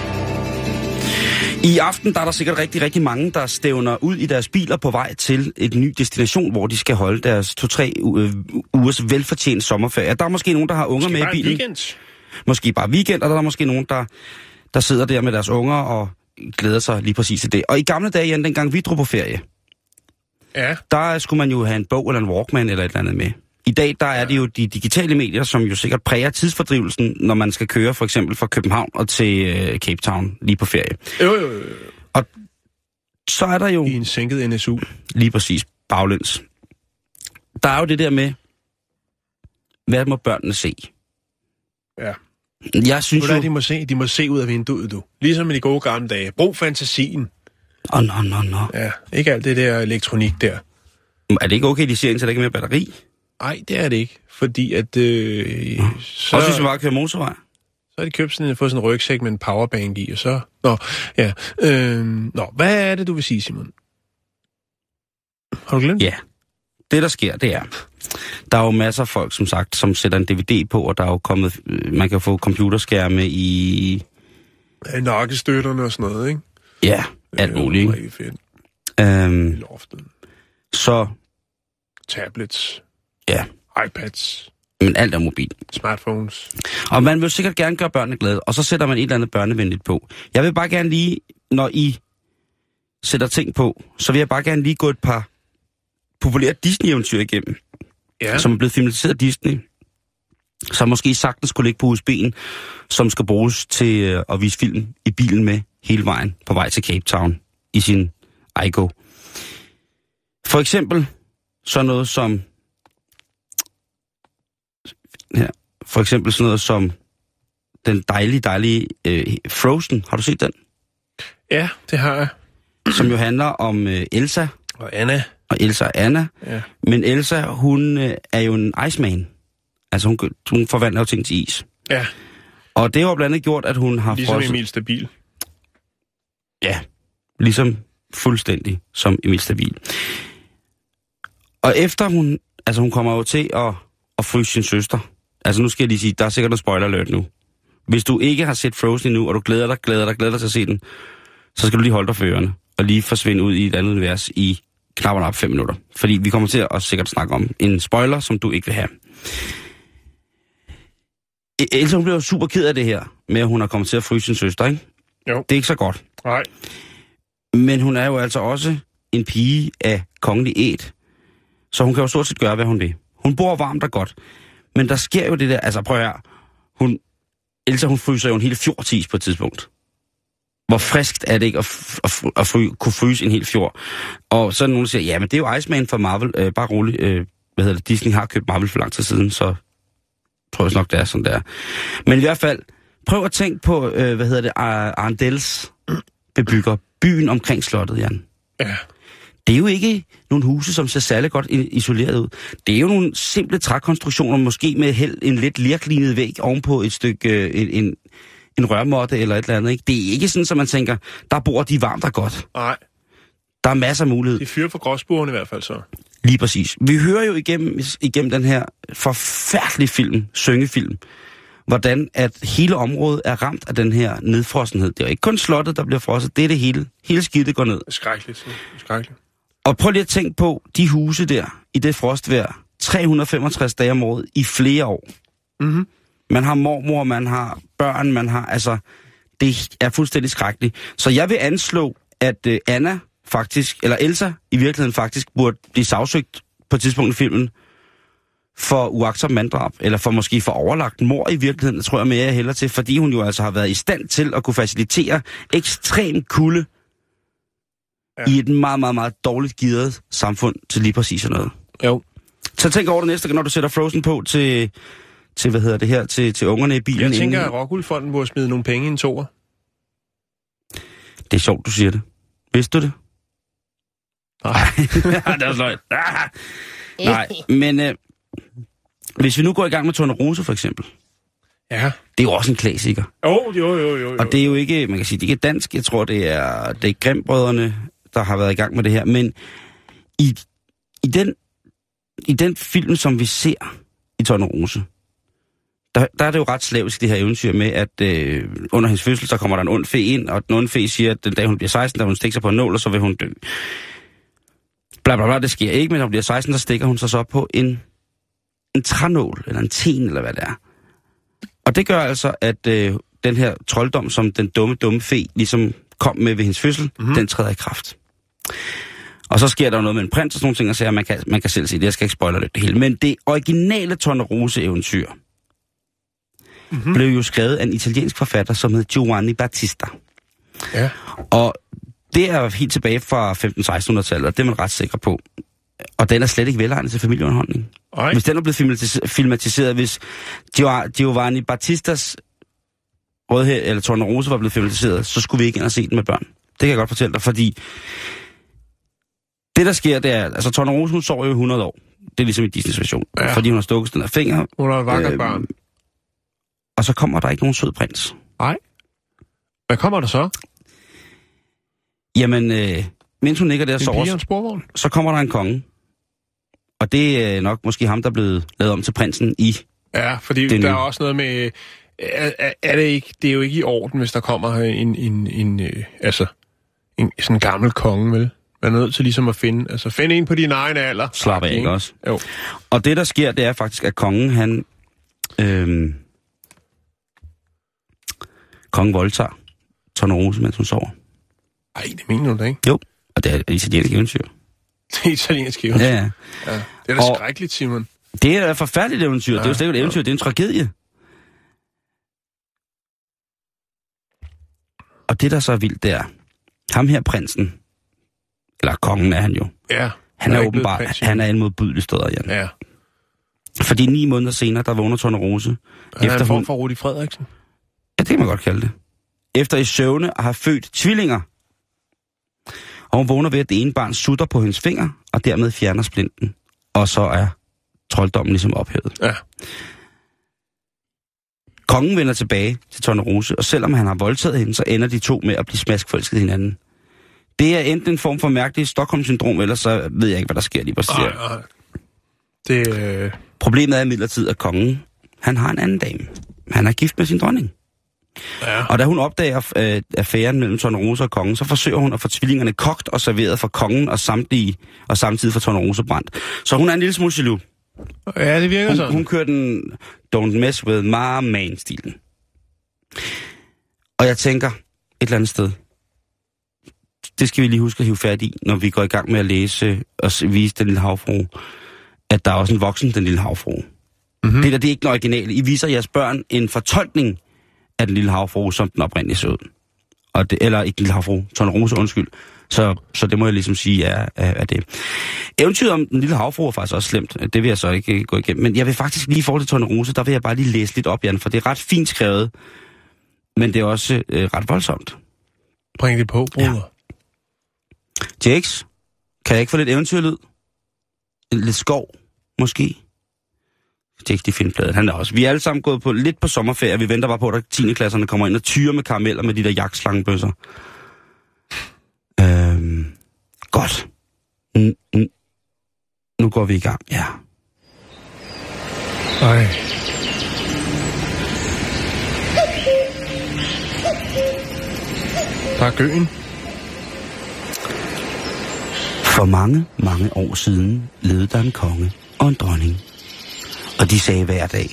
I aften der er der sikkert rigtig, rigtig mange, der stævner ud i deres biler på vej til et ny destination, hvor de skal holde deres to-tre ugers velfortjent sommerferie. Der er måske nogen, der har unger måske med i bilen. Weekend. Måske bare weekend, og der er måske nogen, der, der sidder der med deres unger og glæder sig lige præcis til det. Og i gamle dage, igen, dengang vi drog på ferie, ja. der skulle man jo have en bog eller en Walkman eller et eller andet med. I dag, der er ja. det jo de digitale medier, som jo sikkert præger tidsfordrivelsen, når man skal køre for eksempel fra København og til øh, Cape Town lige på ferie. Jo, jo, jo. Og så er der jo... I en sænket N S U. Lige præcis, baglæns. Der er jo det der med, hvad må børnene se? Ja. Jeg synes jo... jo... De må se, de må se ud af vinduet, du. Ligesom i de gode gamle dage. Brug fantasien. Åh, oh, no, no, no. Ja, ikke alt det der elektronik der. Er det ikke okay, de siger, indtil der ikke er mere batteri? Nej, det er det ikke, fordi at... Øh, ja. Så også hvis vi bare kører motorvej? Så har de købt sådan, fået sådan en rygsæk med en powerbank i, og så... Nå, ja. Øh, nå, hvad er det, du vil sige, Simon? Har du glemt? Ja. Det, der sker, det er... Der er jo masser af folk, som sagt, som sætter en D V D på, og der er jo kommet... Man kan få computerskærme i... Ja, nakkestøtterne og sådan noget, ikke? Ja, alt muligt. Det er jo rigtig fedt. Øhm, I loftet. Så... Tablets. Ja. iPads. Men alt er mobil. Smartphones. Og man vil sikkert gerne gøre børnene glade, og så sætter man et eller andet børnevenligt på. Jeg vil bare gerne lige, når I sætter ting på, så vil jeg bare gerne lige gå et par populære Disney-eventyr igennem, ja. som er blevet filmatiseret af Disney, som måske sagtens skulle ligge på U S B'en, som skal bruges til øh, at vise film i bilen med hele vejen på vej til Cape Town i sin iGo. For eksempel sådan noget som her, for eksempel sådan noget som den dejlige, dejlige øh, Frozen. Har du set den? Ja, det har jeg. Som jo handler om øh, Elsa. Og Anna. Og Elsa og Anna. Ja. Men Elsa, hun øh, er jo en Iceman. Altså hun, hun forvandler jo ting til is. Ja. Og det har jo blandt andet gjort, at hun har ligesom frosset... Emil Stabil. Ja, ligesom fuldstændig som Emil Stabil. Og efter hun... Altså hun kommer jo til at, at fryse sin søster. Altså nu skal jeg lige sige, der er sikkert noget spoiler alert nu. Hvis du ikke har set Frozen endnu, og du glæder dig, glæder dig, glæder dig til at se den, så skal du lige holde dig for ørerne, og lige forsvinde ud i et andet univers i knap og op fem minutter. Fordi vi kommer til at sikkert snakke om en spoiler, som du ikke vil have. Elsa, hun bliver jo super ked af det her, med at hun er kommet til at fryse sin søster, ikke? Jo. Det er ikke så godt. Nej. Men hun er jo altså også en pige af kongelig æt, så hun kan jo stort set gøre, hvad hun vil. Hun bor varmt og godt. Men der sker jo det der, altså prøv at høre, hun, Elsa hun fryser jo en hel fjordtis på et tidspunkt. Hvor friskt er det ikke at, f- at, f- at fry- kunne fryse en hel fjord. Og så er der nogen, der siger, ja, men det er jo Iceman fra Marvel. Øh, bare roligt. Øh, hvad hedder det? Disney har købt Marvel for lang tid siden, så tror jeg nok, det er sådan der. Men i hvert fald, prøv at tænke på, øh, hvad hedder det, Ar- Arendelles bebygger byen omkring slottet, Jan. Ja. Det er jo ikke nogle huse, som ser særlig godt isoleret ud. Det er jo nogle simple trækonstruktioner, måske med held, en lidt lirklinet væg ovenpå et stykke, en, en, en rørmåtte eller et eller andet. Ikke? Det er ikke sådan, at man tænker, der bor de varmt og godt. Nej. Der er masser af mulighed. Det fyrer for gråsbuerne i hvert fald så. Lige præcis. Vi hører jo igennem, igennem den her forfærdelige film, syngefilm, hvordan at hele området er ramt af den her nedfrossenhed. Det er jo ikke kun slottet, der bliver frosset, det er det hele. Hele skidtet går ned. Skrækkeligt. Skrækkeligt. Og prøv lige at tænke på de huse der, i det frostvejr, tre hundrede og femogtres dage om året, i flere år. Mhm. Man har mormor, man har børn, man har, altså, det er fuldstændig skrækkeligt. Så jeg vil anslå, at uh, Anna faktisk, eller Elsa i virkeligheden faktisk, burde blive sagsøgt på et tidspunkt i filmen, for uagtsom manddrab, eller for måske for overlagt mord i virkeligheden, tror jeg mere jeg hælder til, fordi hun jo altså har været i stand til at kunne facilitere ekstrem kulde ja. i et meget, meget, meget dårligt gearet samfund til lige præcis sådan noget. Jo. Så tænk over det næste, når du sætter Frozen på til, til hvad hedder det her, til, til ungerne i bilen. Jeg tænker, inden... at Rockwool-fonden burde smide nogle penge i en toer. Det er sjovt, du siger det. Vidste du det? Nej. Det er sløjt. Ah. Nej, men øh, hvis vi nu går i gang med Tornerose for eksempel. Ja. Det er jo også en klassiker. Jo, jo, jo, jo, jo. Og det er jo ikke, man kan sige, det er ikke dansk. Jeg tror, det er, det er Grimm-brødrene, der har været i gang med det her. Men i, i, den, i den film, som vi ser i Tornerose, der, der er det jo ret slavisk, det her eventyr med, at øh, under hendes fødsel, så kommer der en ond fe ind, og den onde fe siger, at den dag hun bliver seksten, der hun stikker sig på en nål, og så vil hun dø. Bla, bla, bla, det sker ikke, men når hun bliver seksten, så stikker hun sig så på en, en trænål, eller en ten, eller hvad det er. Og det gør altså, at øh, den her trolddom, som den dumme, dumme fe ligesom kom med ved hendes fødsel, mm-hmm. den træder i kraft. Og så sker der noget med en prins og sådan nogle ting, og så man kan, man kan selv sige det, jeg skal ikke spoilere det, det hele. Men det originale Tornerose-eventyr mm-hmm. blev jo skrevet af en italiensk forfatter, som hed Giovanni Battista. Ja. Og det er helt tilbage fra femten-sekstenhundredetallet, og det er man ret sikker på. Og den er slet ikke velegnet til familieunderholdning. Ej. Hvis den er blevet filmatiseret, hvis Giovanni Battistas Rødhæ eller Tornerose var blevet filmatiseret, så skulle vi ikke ind og se den med børn. Det kan jeg godt fortælle dig, fordi det der sker, det er, altså Tornerose, hun sover jo i hundrede år. Det er ligesom i Disneys version, ja. Fordi hun har stukket den af fingre. Hun er et vakkert øh, barn. Og så kommer der ikke nogen sød prins. Nej. Hvad kommer der så? Jamen, øh, mens hun ligger der og sover, så kommer der en konge. Og det er nok måske ham, der er blevet lavet om til prinsen i... Ja, fordi der nye. Er også noget med... Er, er det ikke... Det er jo ikke i orden, hvis der kommer en... en, en øh, altså, en sådan en gammel konge, vel? Man er nødt til ligesom at finde... Altså, finde en på din egen alder. Slap af, ikke også? Jo. Og det, der sker, det er faktisk, at kongen, han... Øh, kongen voldtager Tornerose, mens hun sover. Ej, det mener du da ikke? Jo, og det er et italiensk eventyr. Det er italiensk eventyr? Ja, ja. Ja, det er da og skrækkeligt, Simon. Det er et forfærdeligt eventyr. Ja, det er jo slet ikke et eventyr, ja. Det er en tragedie. Og det, der så er vildt, det er, ham her prinsen, eller kongen er han jo. Ja. Han er, er åbenbart, prins, han er en modbydelig støder, Jan. Ja. Fordi ni måneder senere, der vågner Tornerose. Han er en form for Rudi Frederiksen. Ja, det kan man godt kalde det. Efter i søvne at have født tvillinger. Og hun vågner ved, at det ene barn sutter på hendes finger, og dermed fjerner splinten. Og så er trolddommen ligesom ophævet. Ja. Kongen vender tilbage til Tornerose, og selvom han har voldtaget hende, så ender de to med at blive smaskforelsket hinanden. Det er enten en form for mærkelig Stockholm-syndrom, eller så ved jeg ikke, hvad der sker lige præcis. Nej, nej. Det, øh... Problemet er imidlertid, at kongen, han har en anden dame. Han er gift med sin dronning. Ja. Og da hun opdager øh, affæren mellem Tornerose og kongen, så forsøger hun at få tvillingerne kogt og serveret for kongen og, samtidig, og samtidig for Tornerose brændt. Så hun er en lille smule jaloux. Ja, det virker hun, sådan. Hun kører den don't mess with my man-stilen. Og jeg tænker et eller andet sted, det skal vi lige huske at hive fat i, når vi går i gang med at læse og vise Den Lille Havfrue, at der er også en voksen Den Lille Havfrue. Mm-hmm. Det der, det er ikke den originale. I viser jeres børn en fortolkning af Den Lille Havfrue, som den oprindeligt så ud. Og det, eller ikke Lille Havfru, Tornerose, undskyld. Så, så det må jeg ligesom sige er, er, er det. Eventyret om den Lille Havfru er faktisk også slemt. Det vil jeg så ikke gå igennem. Men jeg vil faktisk lige i forhold til Tornerose, der vil jeg bare lige læse lidt op, Jan, for det er ret fint skrevet. Men det er også øh, ret voldsomt. Bring det på, bruder. Ja. Jakes, kan jeg ikke få lidt eventyrlyd? Lidt skov, måske? Jakes, de finder bladet. Han er også. Vi er alle sammen gået på lidt på sommerferie. Vi venter bare på, at tiende klasserne kommer ind og tyrer med karameller med de der jagtslangebøsser. Øhm, godt. N- n- nu går vi i gang, ja. Ej. Der er gøen. For mange, mange år siden levede der en konge og en dronning. Og de sagde hver dag.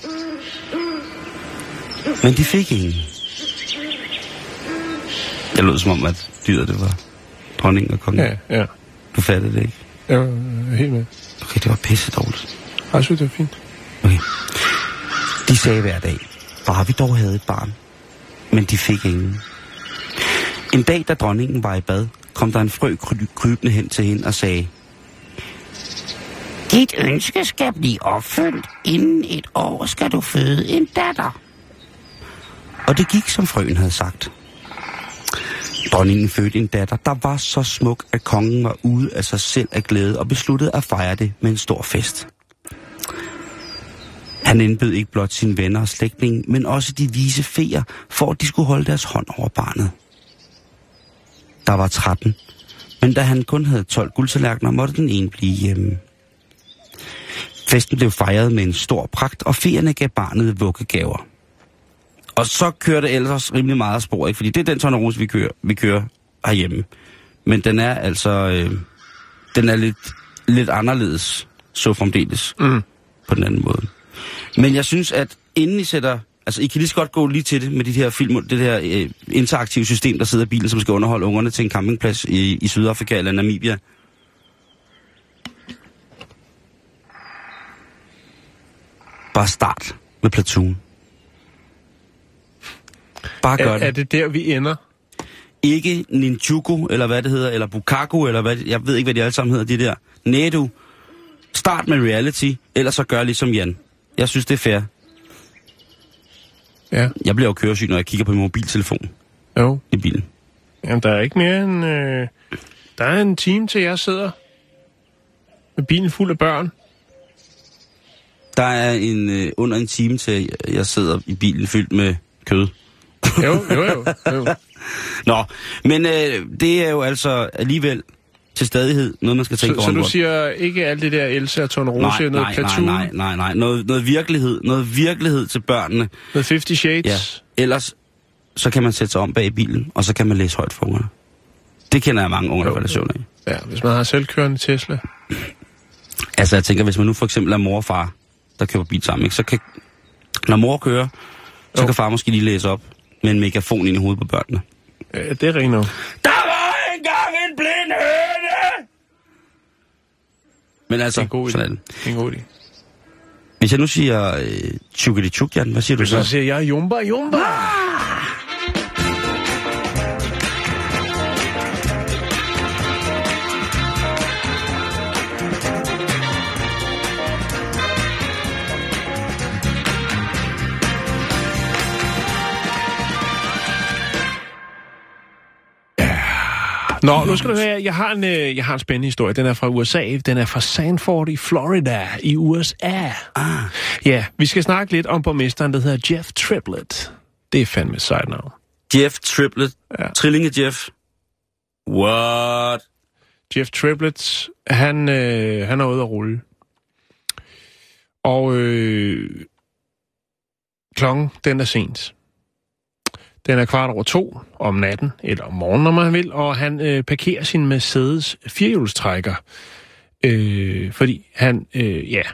Men de fik ingen. Det lød som om, at dyret det var dronningen og kongen. Ja, ja. Du fattede det ikke? Jeg var helt med. Okay, det var pisse dårligt. Jeg synes, det var fint. Okay. De sagde hver dag, bare vi dog havde et barn. Men de fik ingen. En dag, da dronningen var i bad, kom der en frø krybende hen til hende og sagde: Dit ønske skal blive opfyldt. Inden et år skal du føde en datter. Og det gik, som frøen havde sagt. Dronningen fødte en datter, der var så smuk, at kongen var ude af sig selv af glæde og besluttede at fejre det med en stor fest. Han indbød ikke blot sine venner og slægtninge, men også de vise feer, for at de skulle holde deres hånd over barnet. Der var tretten, men da han kun havde tolv guldtallerkener, måtte den ene blive hjemme. Festen blev fejret med en stor pragt, og feerne gav barnet vuggegaver. Og så kører det ellers rimelig meget af spor, ikke? Fordi det er den Tornerose, vi kører, vi kører herhjemme. Men den er altså, øh, den er lidt, lidt anderledes, så fremdeles, Mm. på den anden måde. Men jeg synes, at inden I sætter, altså I kan lige så godt gå lige til det med de her film, det her øh, interaktive system, der sidder i bilen, som skal underholde ungerne til en campingplads i, i Sydafrika eller Namibia. Bare start med Platoon. Bare gør Er, det. er det der, vi ender? Ikke Ninjugo, eller hvad det hedder, eller Bukaku, eller hvad, jeg ved ikke, hvad de alle sammen hedder, de der. Næh, du. Start med reality, ellers så gør ligesom Jan. Jeg synes, det er fair. Ja. Jeg bliver jo køresyg, når jeg kigger på min mobiltelefon Jo. i bilen. Jamen, der er ikke mere end... Øh, der er en time til, jeg sidder med bilen fuld af børn. Der er en øh, under en time til, jeg sidder i bilen fyldt med kød. Jo, jo, jo. jo. Nå, men øh, det er jo altså alligevel til stadighed noget, man skal tænke Så, så over. du siger ikke alt det der Else og Tornerose, nej, noget nej, Platoon, nej, nej, nej, nej. Noget, noget virkelighed. Noget virkelighed til børnene. noget Fifty Shades? Ja. Ellers så kan man sætte sig om bag i bilen, og så kan man læse højt for ungerne. Det kender jeg mange unger, der falder søvn af. Ja, hvis man har selvkørende Tesla. Altså, jeg tænker, hvis man nu for eksempel er mor og far, der køber bil sammen, ikke? Så kan, når mor kører, så jo. kan far måske lige læse op med en megafon ind i hovedet på børnene. Ja, det er rent nok. Der var engang en blind høne! Men altså, Det er en god idé. sådan er det. Det er en god idé. Hvis jeg nu siger øh, tjukkedi-tjuk, Jan, hvad siger du Så så? siger jeg Jumba, Jumba! Nå, nu skal du høre, jeg har en, øh, jeg har en spændende historie. Den er fra U S A. Den er fra Sanford i Florida i U S A. Ah. Ja, vi skal snakke lidt om borgmesteren, der hedder Jeff Triplett. Det er fandme et sejt navn. Jeff Triplett. Ja. Trillinge Jeff. What? Jeff Triplett, han, øh, han er ude at rulle. Og øh, klokken, den er sent. Den er kvart over to om natten, eller om morgenen, om man vil, og han øh, parkerer sin Mercedes firehjulstrækker, øh, fordi han, øh, ja,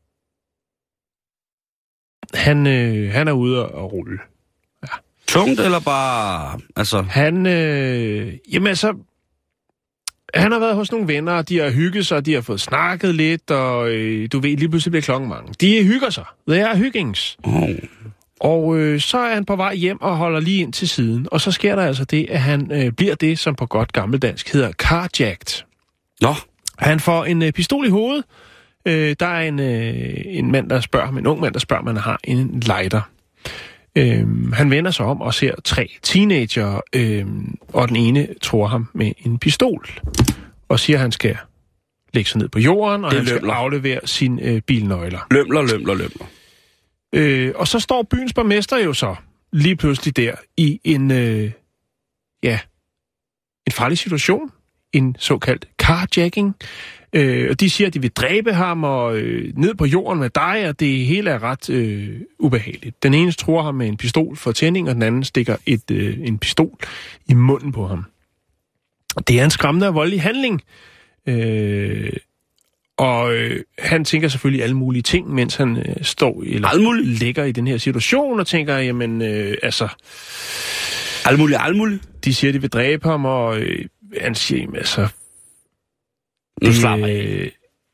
han, øh, han er ude at rulle. Ja. Tungt eller bare, altså... Han, øh, jamen altså, han har været hos nogle venner, og de har hygget sig, de har fået snakket lidt, og øh, du ved, lige pludselig bliver klokken mange. De hygger sig. They are hyggings. Oh. Og øh, så er han på vej hjem og holder lige ind til siden. Og så sker der altså det, at han øh, bliver det, som på godt gammeldansk hedder carjacked. Nå. Han får en øh, pistol i hovedet. Øh, der er en, øh, en mand, der spørger ham, en ung mand, der spørger, om han har en lighter. Øh, han vender sig om og ser tre teenager, øh, og den ene tror ham med en pistol. Og siger, at han skal lægge sig ned på jorden, og han lømler. Skal aflevere sine øh, bilnøgler. Lømler, lømler, lømler. Øh, og så står byens borgmester jo så lige pludselig der i en, øh, ja, en farlig situation. En såkaldt carjacking. Øh, og de siger, at de vil dræbe ham og øh, ned på jorden med dig, og det hele er ret øh, ubehageligt. Den ene tror ham med en pistol for tænding, og den anden stikker et, øh, en pistol i munden på ham. Det er en skræmmende og voldelig handling. Øh, og øh, han tænker selvfølgelig alle mulige ting, mens han øh, står eller ligger i den her situation, og tænker, jamen, øh, altså... Alle mulige, alle mulige. De siger, de vil dræbe ham, og øh, han siger, jamen, altså... Nu slapper jeg. Øh,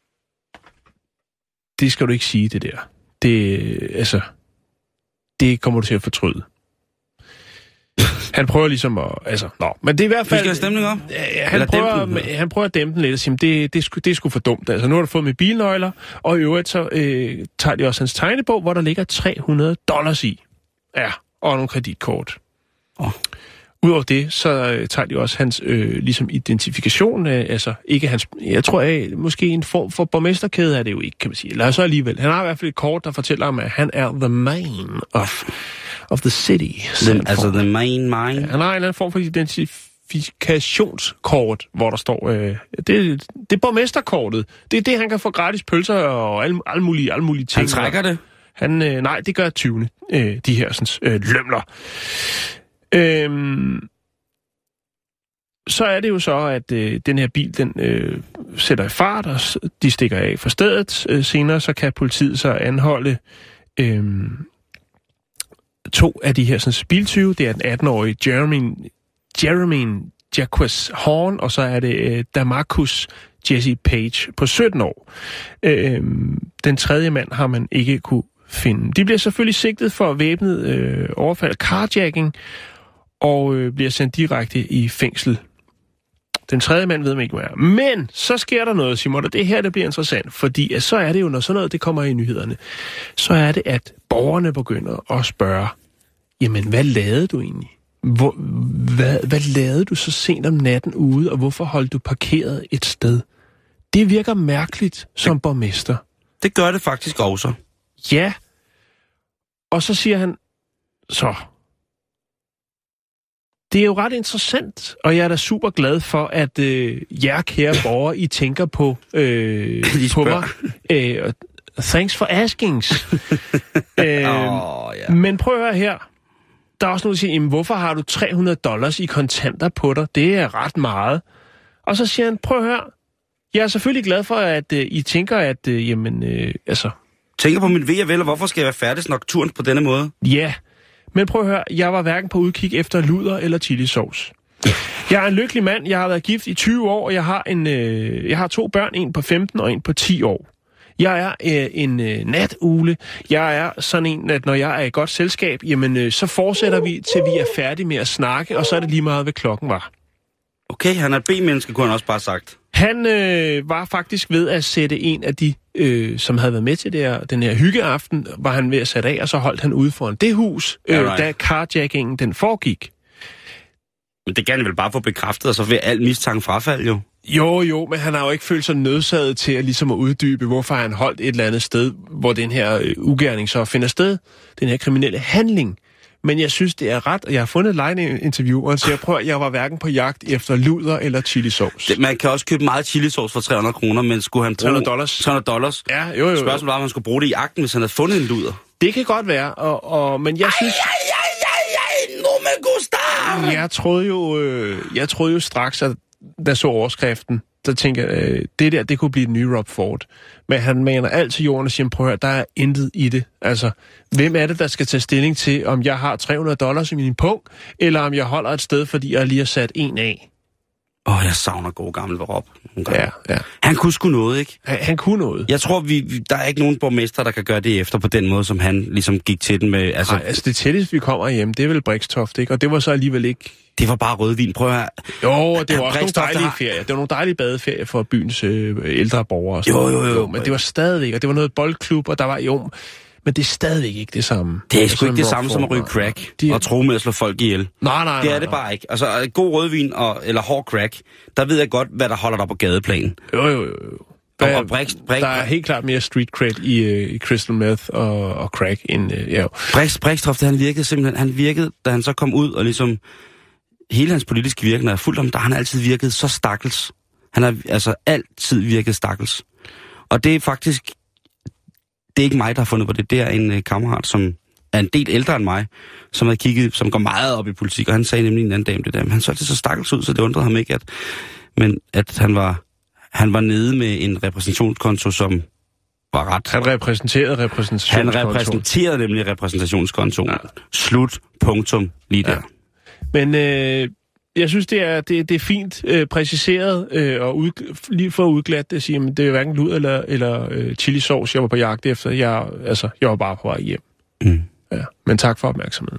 det skal du ikke sige, det der. Det, øh, altså... Det kommer du til at fortryde. Han prøver ligesom at... Altså, nå, men det er i hvert fald... Vi skal have stemning op. Øh, han, prøver, han prøver at dæmpe den lidt og sige, det, det, det er sgu for dumt. Altså, nu har du fået med bilnøgler, og i øvrigt så øh, tager de også hans tegnebog, hvor der ligger tre hundrede dollars i. Ja, og nogle kreditkort. Oh. Udover det, så øh, tager de også hans øh, ligesom identifikation, øh, altså ikke hans, jeg tror, at måske en form for borgmesterkæde er det jo ikke, kan man sige. Eller så alligevel. Han har i hvert fald et kort, der fortæller ham, at han er the man of, of the city. The, altså the main mind? Ja, han har en eller anden form for identifikationskort, hvor der står, øh, det, det er borgmesterkortet. Det er det, han kan få gratis pølser og alle, alle, mulige, alle mulige ting. Han trækker det? Han, øh, nej, det gør tyvende, øh, de her sådan, øh, lømler. Øhm, så er det jo så, at øh, den her bil, den øh, sætter i fart, og de stikker af fra stedet. Øh, senere så kan politiet så anholde øh, to af de her sådan, biltyve. Det er den atten-årige Jeremy, Jeremy Jacques Horn, og så er det øh, Damarcus Jesse Page på sytten år. Øh, den tredje mand har man ikke kunne finde. De bliver selvfølgelig sigtet for væbnet øh, overfald, carjacking, og øh, bliver sendt direkte i fængsel. Den tredje mand ved man ikke, hvad er. Men så sker der noget, Simon, og det her, det bliver interessant, fordi at så er det jo, når sådan noget, det kommer i nyhederne, så er det, at borgerne begynder at spørge, jamen, hvad lavede du egentlig? Hvor, hvad, hvad lavede du så sent om natten ude, og hvorfor holdt du parkeret et sted? Det virker mærkeligt som det, borgmester. Det gør det faktisk også. Ja. Og så siger han, så... Det er jo ret interessant, og jeg er da super glad for, at øh, jer kære borgere, I tænker på, øh, på mig. Øh, thanks for askings. øh, oh, yeah. Men prøv at høre her. Der er også nogen, der siger, hvorfor har du tre hundrede dollars i kontanter på dig? Det er ret meget. Og så siger han, prøv at høre. Jeg er selvfølgelig glad for, at øh, I tænker, at, øh, jamen, øh, altså... Tænker på mit ve og vel, og hvorfor skal jeg være færdig nocturnt på denne måde? Ja. Men prøv at høre, jeg var hverken på udkig efter luder eller chilisauce. Jeg er en lykkelig mand, jeg har været gift i tyve år, og jeg har, en, øh, jeg har to børn, en på femten og en på ti år. Jeg er øh, en øh, natugle. Jeg er sådan en, at når jeg er i godt selskab, jamen øh, så fortsætter vi, til vi er færdige med at snakke, og så er det lige meget, hvad klokken var. Okay, han er et B-menneske, kunne han også bare sagt. Han øh, var faktisk ved at sætte en af de, øh, som havde været med til det her, den her hyggeaften, var han ved at sætte af, og så holdt han ude foran det hus, øh, right. Da carjackingen den foregik. Men det kan han vel bare få bekræftet, og så vil al mistanke frafald jo. Jo, jo, men han har jo ikke følt sig nødsaget til at, ligesom at uddybe, hvorfor han holdt et eller andet sted, hvor den her øh, ugerning så finder sted, den her kriminelle handling. Men jeg synes, det er ret, og jeg har fundet et line-interview, og han siger, prøv at jeg var hverken på jagt efter luder eller chilisauce. Man kan også købe meget chilisauce for tre hundrede kroner, men skulle han bruge... tre hundrede dollars. tre hundrede dollars. Ja, jo, jo, jo. Spørgsmålet var, om han skulle bruge det i akten, hvis han havde fundet en luder. Det kan godt være, og, og, men jeg ej, synes... Ej, ej, ej, ej, nu med Gustav! Jeg troede jo, øh, jeg troede jo straks, at der så overskriften, der tænker jeg, øh, det der, det kunne blive den nye Rob Ford. Men han mener alt til jorden og siger, prøv at høre, der er intet i det. Altså, hvem er det, der skal tage stilling til, om jeg har tre hundrede dollars i min punkt, eller om jeg holder et sted, fordi jeg lige har sat en af? Åh, oh, jeg savner god gammel Rob. Ja, ja. Han kunne sgu noget, ikke? Han, han kunne noget. Jeg tror, vi, der er ikke nogen borgmester, der kan gøre det efter på den måde, som han ligesom gik til den med. Altså, Nej, altså det tætteste, vi kommer hjem, det er vel Brixtoft, ikke? Og det var så alligevel ikke... Det var bare rødvin. Prøv at høre. Jo, det var også nogle Brixtoft, dejlige der... ferier. Det var nogle dejlige badeferier for byens øh, ældre borgere. Og sådan jo, jo, jo, jo. Men det var stadigvæk, og det var noget boldklub, og der var jo... Men det er stadigvæk ikke det samme. Det er sgu ikke det samme som at ryge crack de... og tro med at slå folk ihjel. Nej, nej, Det er nej, det nej. bare ikke. Altså, god rødvin og, eller hård crack, der ved jeg godt, hvad der holder dig på gadeplan. Jo, jo, jo. Der er, og Brix, Brix, der er helt klart mere street cred i, uh, i crystal meth og, og crack end... Uh, ja. Brix, Brixtoft, han virkede simpelthen... Han virkede, da han så kom ud og ligesom... Hele hans politiske virke, når jeg fulgte ham, der har han altid virket så stakkels. Han har altså altid virket stakkels. Og det er faktisk... Det er ikke mig, der har fundet på det. Det er en uh, kammerat, som er en del ældre end mig, som har kigget, som går meget op i politik, og han sagde nemlig en anden dag om det der. Men han så altid så stakkels ud, så det undrede ham ikke, at, men at han var, han var nede med en repræsentationskonto, som var ret... Han repræsenterede repræsentationskonto. Han repræsenterede nemlig repræsentationskontoen. Ja. Slut, punktum, lige der. Ja. Men øh, jeg synes, det er, det, det er fint øh, præciseret, øh, og ud, lige for at udglatte det, at sige, at det er hverken lud eller, eller øh, chilisauce, jeg var på jagt efter. Jeg, altså, jeg var bare på vej hjem. Mm. Ja. Men tak for opmærksomheden.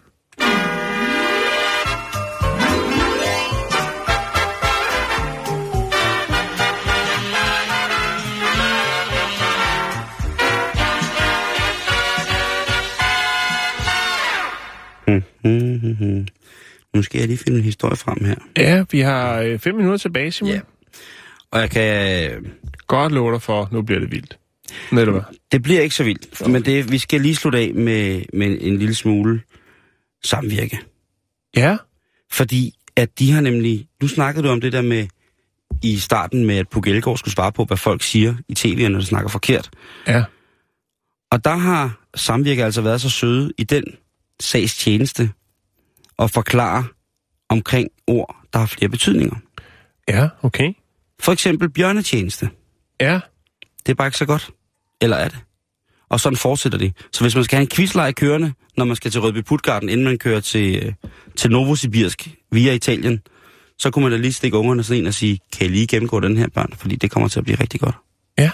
Mm, mm, mm, mm. Nu skal jeg lige finde en historie frem her. Ja, vi har øh, fem minutter tilbage, Simon. Ja. Og jeg kan... Øh, Godt love dig for, nu bliver det vildt. Ved du hvad? Det bliver ikke så vildt, okay. Men det, vi skal lige slutte af med, med en lille smule samvirke. Ja? Fordi at de har nemlig... Nu snakkede du om det der med i starten med, at Puk Elgård skulle svare på, hvad folk siger i tv'erne, når de snakker forkert. Ja. Og der har samvirke altså været så søde i den sags tjeneste og forklare omkring ord, der har flere betydninger. Ja, okay. For eksempel bjørnetjeneste. Ja. Det er bare ikke så godt. Eller er det? Og sådan fortsætter de. Så hvis man skal have en quizleje kørende, når man skal til Rødby Puttgarden, inden man kører til, til Novosibirsk via Italien, så kunne man da lige stikke ungerne sådan en og sige, kan I lige gennemgå den her, børn? Fordi det kommer til at blive rigtig godt. Ja.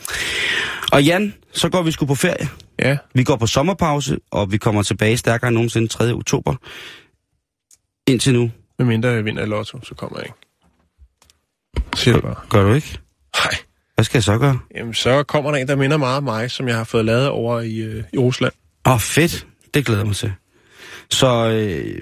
Og Jan, så går vi sgu på ferie. Ja. Vi går på sommerpause, og vi kommer tilbage stærkere end nogensinde tredje oktober. Indtil nu. Med mindre jeg vinder i lotto, så kommer jeg ikke. Siger du bare. Gør du ikke? Nej. Hvad skal jeg så gøre? Jamen, så kommer der en, der minder meget om mig, som jeg har fået lavet over i, øh, i Rusland. Åh, oh, fedt. Det glæder jeg mig til. Så, øh,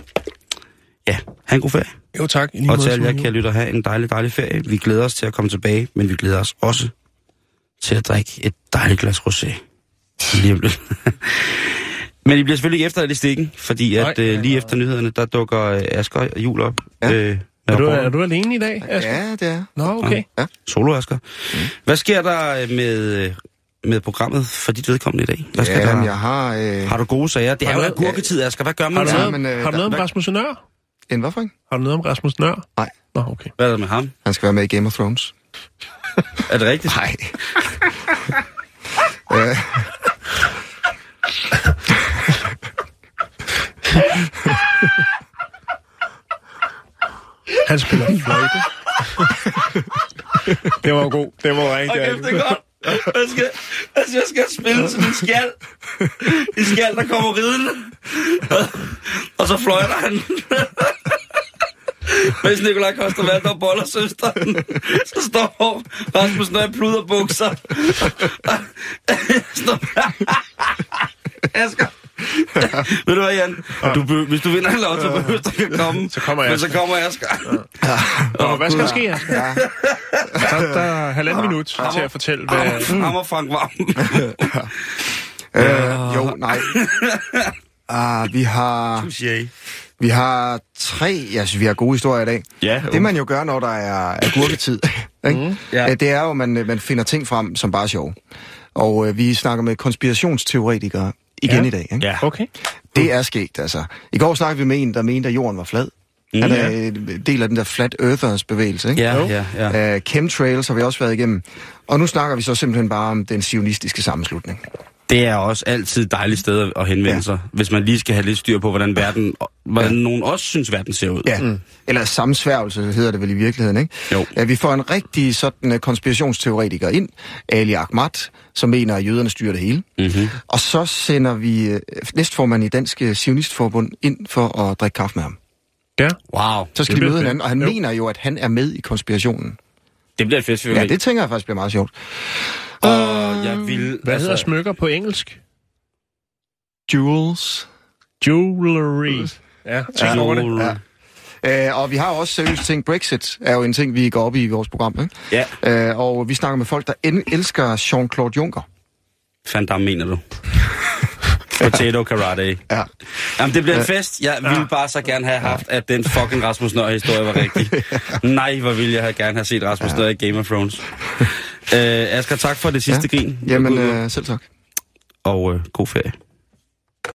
ja, have en god ferie. Jo, tak. Og til alle jer, kære lytter, have en dejlig, dejlig ferie. Vi glæder os til at komme tilbage, men vi glæder os også til at drikke et dejligt glas rosé. Lige om lidt. Men I bliver selvfølgelig ikke efterladt i stikken, fordi at Nej, øh, lige ja, efter nyhederne, der dukker øh, Asger og Jul op. Ja. Øh, Er du, er du alene i dag, Asger? Ja, det er. Nå, okay. Ja. Solo Asger. Mm. Hvad sker der med, med programmet for dit vedkommende i dag? Hvad skal Jamen, der? jeg har... Øh... Har du gode sager? Det Har er jo du- agurketid, Asger. Hvad gør Har man du, så? noget, men, øh, har du noget om hvad- Rasmus Nør? En hvad for en? Har du noget om Rasmus Nør? Nej, Nå, okay. Hvad er der med ham? han skal være med i Game of Thrones. Er det rigtigt? Nej. øh... Han spiller fløjte. Det var god. Det var rigtig. Okay, det er godt. Jeg skal, altså, jeg skal spille sådan en skjald. En skjald, der kommer ridende. Og, og så fløjter han. Mens Nikolaj Coster-Waldau boller søsteren, så står Rasmus Nør i pluderbukser. Asger. Ved du hvad, Jan? Du, be- hvis du vinder en lotto, behøver du ikke at komme. Så kommer jeg. Men så kommer Asger. Nå, hvad skal der ske, Asger? Ja. Der, der er halvanden minut til at fortælle, hvad... Ham og Frank Varm. øh, jo, nej. Ah, vi har... Touché. Vi har tre... Jeg synes, vi har gode historier i dag. Ja, Det man jo gør, når der er agurketid, ikke? Mm, ja. Øh, det er jo, at man, man finder ting frem, som bare er sjove. Og øh, vi snakker med konspirationsteoretikere igen Ja. i dag. Ikke? Ja. Okay. Det er skægt, altså. I går snakkede vi med en, der mente, at jorden var flad. Mm, Han er ja. en del af den der Flat Earthers bevægelse, ikke? Ja, ja, ja. Uh, chemtrails har vi også været igennem. Og nu snakker vi så simpelthen bare om den zionistiske sammenslutning. Det er også altid et dejligt sted at henvende ja. sig, hvis man lige skal have lidt styr på, hvordan verden, hvordan ja. nogen også synes, verden ser ud. Ja, mm. eller sammensværgelse hedder det vel i virkeligheden, ikke? Jo. Ja, vi får en rigtig sådan konspirationsteoretiker ind, Ali Ahmad, som mener, at jøderne styrer det hele. Mm-hmm. Og så sender vi næstformanden i Dansk Zionistforbund ind for at drikke kaffe med ham. Ja. Wow. Så skal vi møde hinanden, og han jo. mener jo, at han er med i konspirationen. Det bliver et festival. Ja, det tænker jeg faktisk bliver meget sjovt. Og jeg vil... Hvad altså, hedder smykker på engelsk? Jewels. Jewelry. Ja, tænk over det. Ja. Øh, og vi har også seriøst ting. Brexit er jo en ting, vi går op i i vores program, ikke? Ja. Øh, og vi snakker med folk, der elsker Jean-Claude Juncker. Fandam, mener du? Potato karate. Ja. Jamen, det bliver en fest. Jeg ville bare så gerne have haft, at den fucking Rasmus Nøhr-historie var rigtig. Nej, hvor ville jeg have gerne have set Rasmus Nøhr i Game of Thrones. øh, Asger, tak for det sidste ja. grin. Jamen, øh, selv tak. Og øh, god ferie.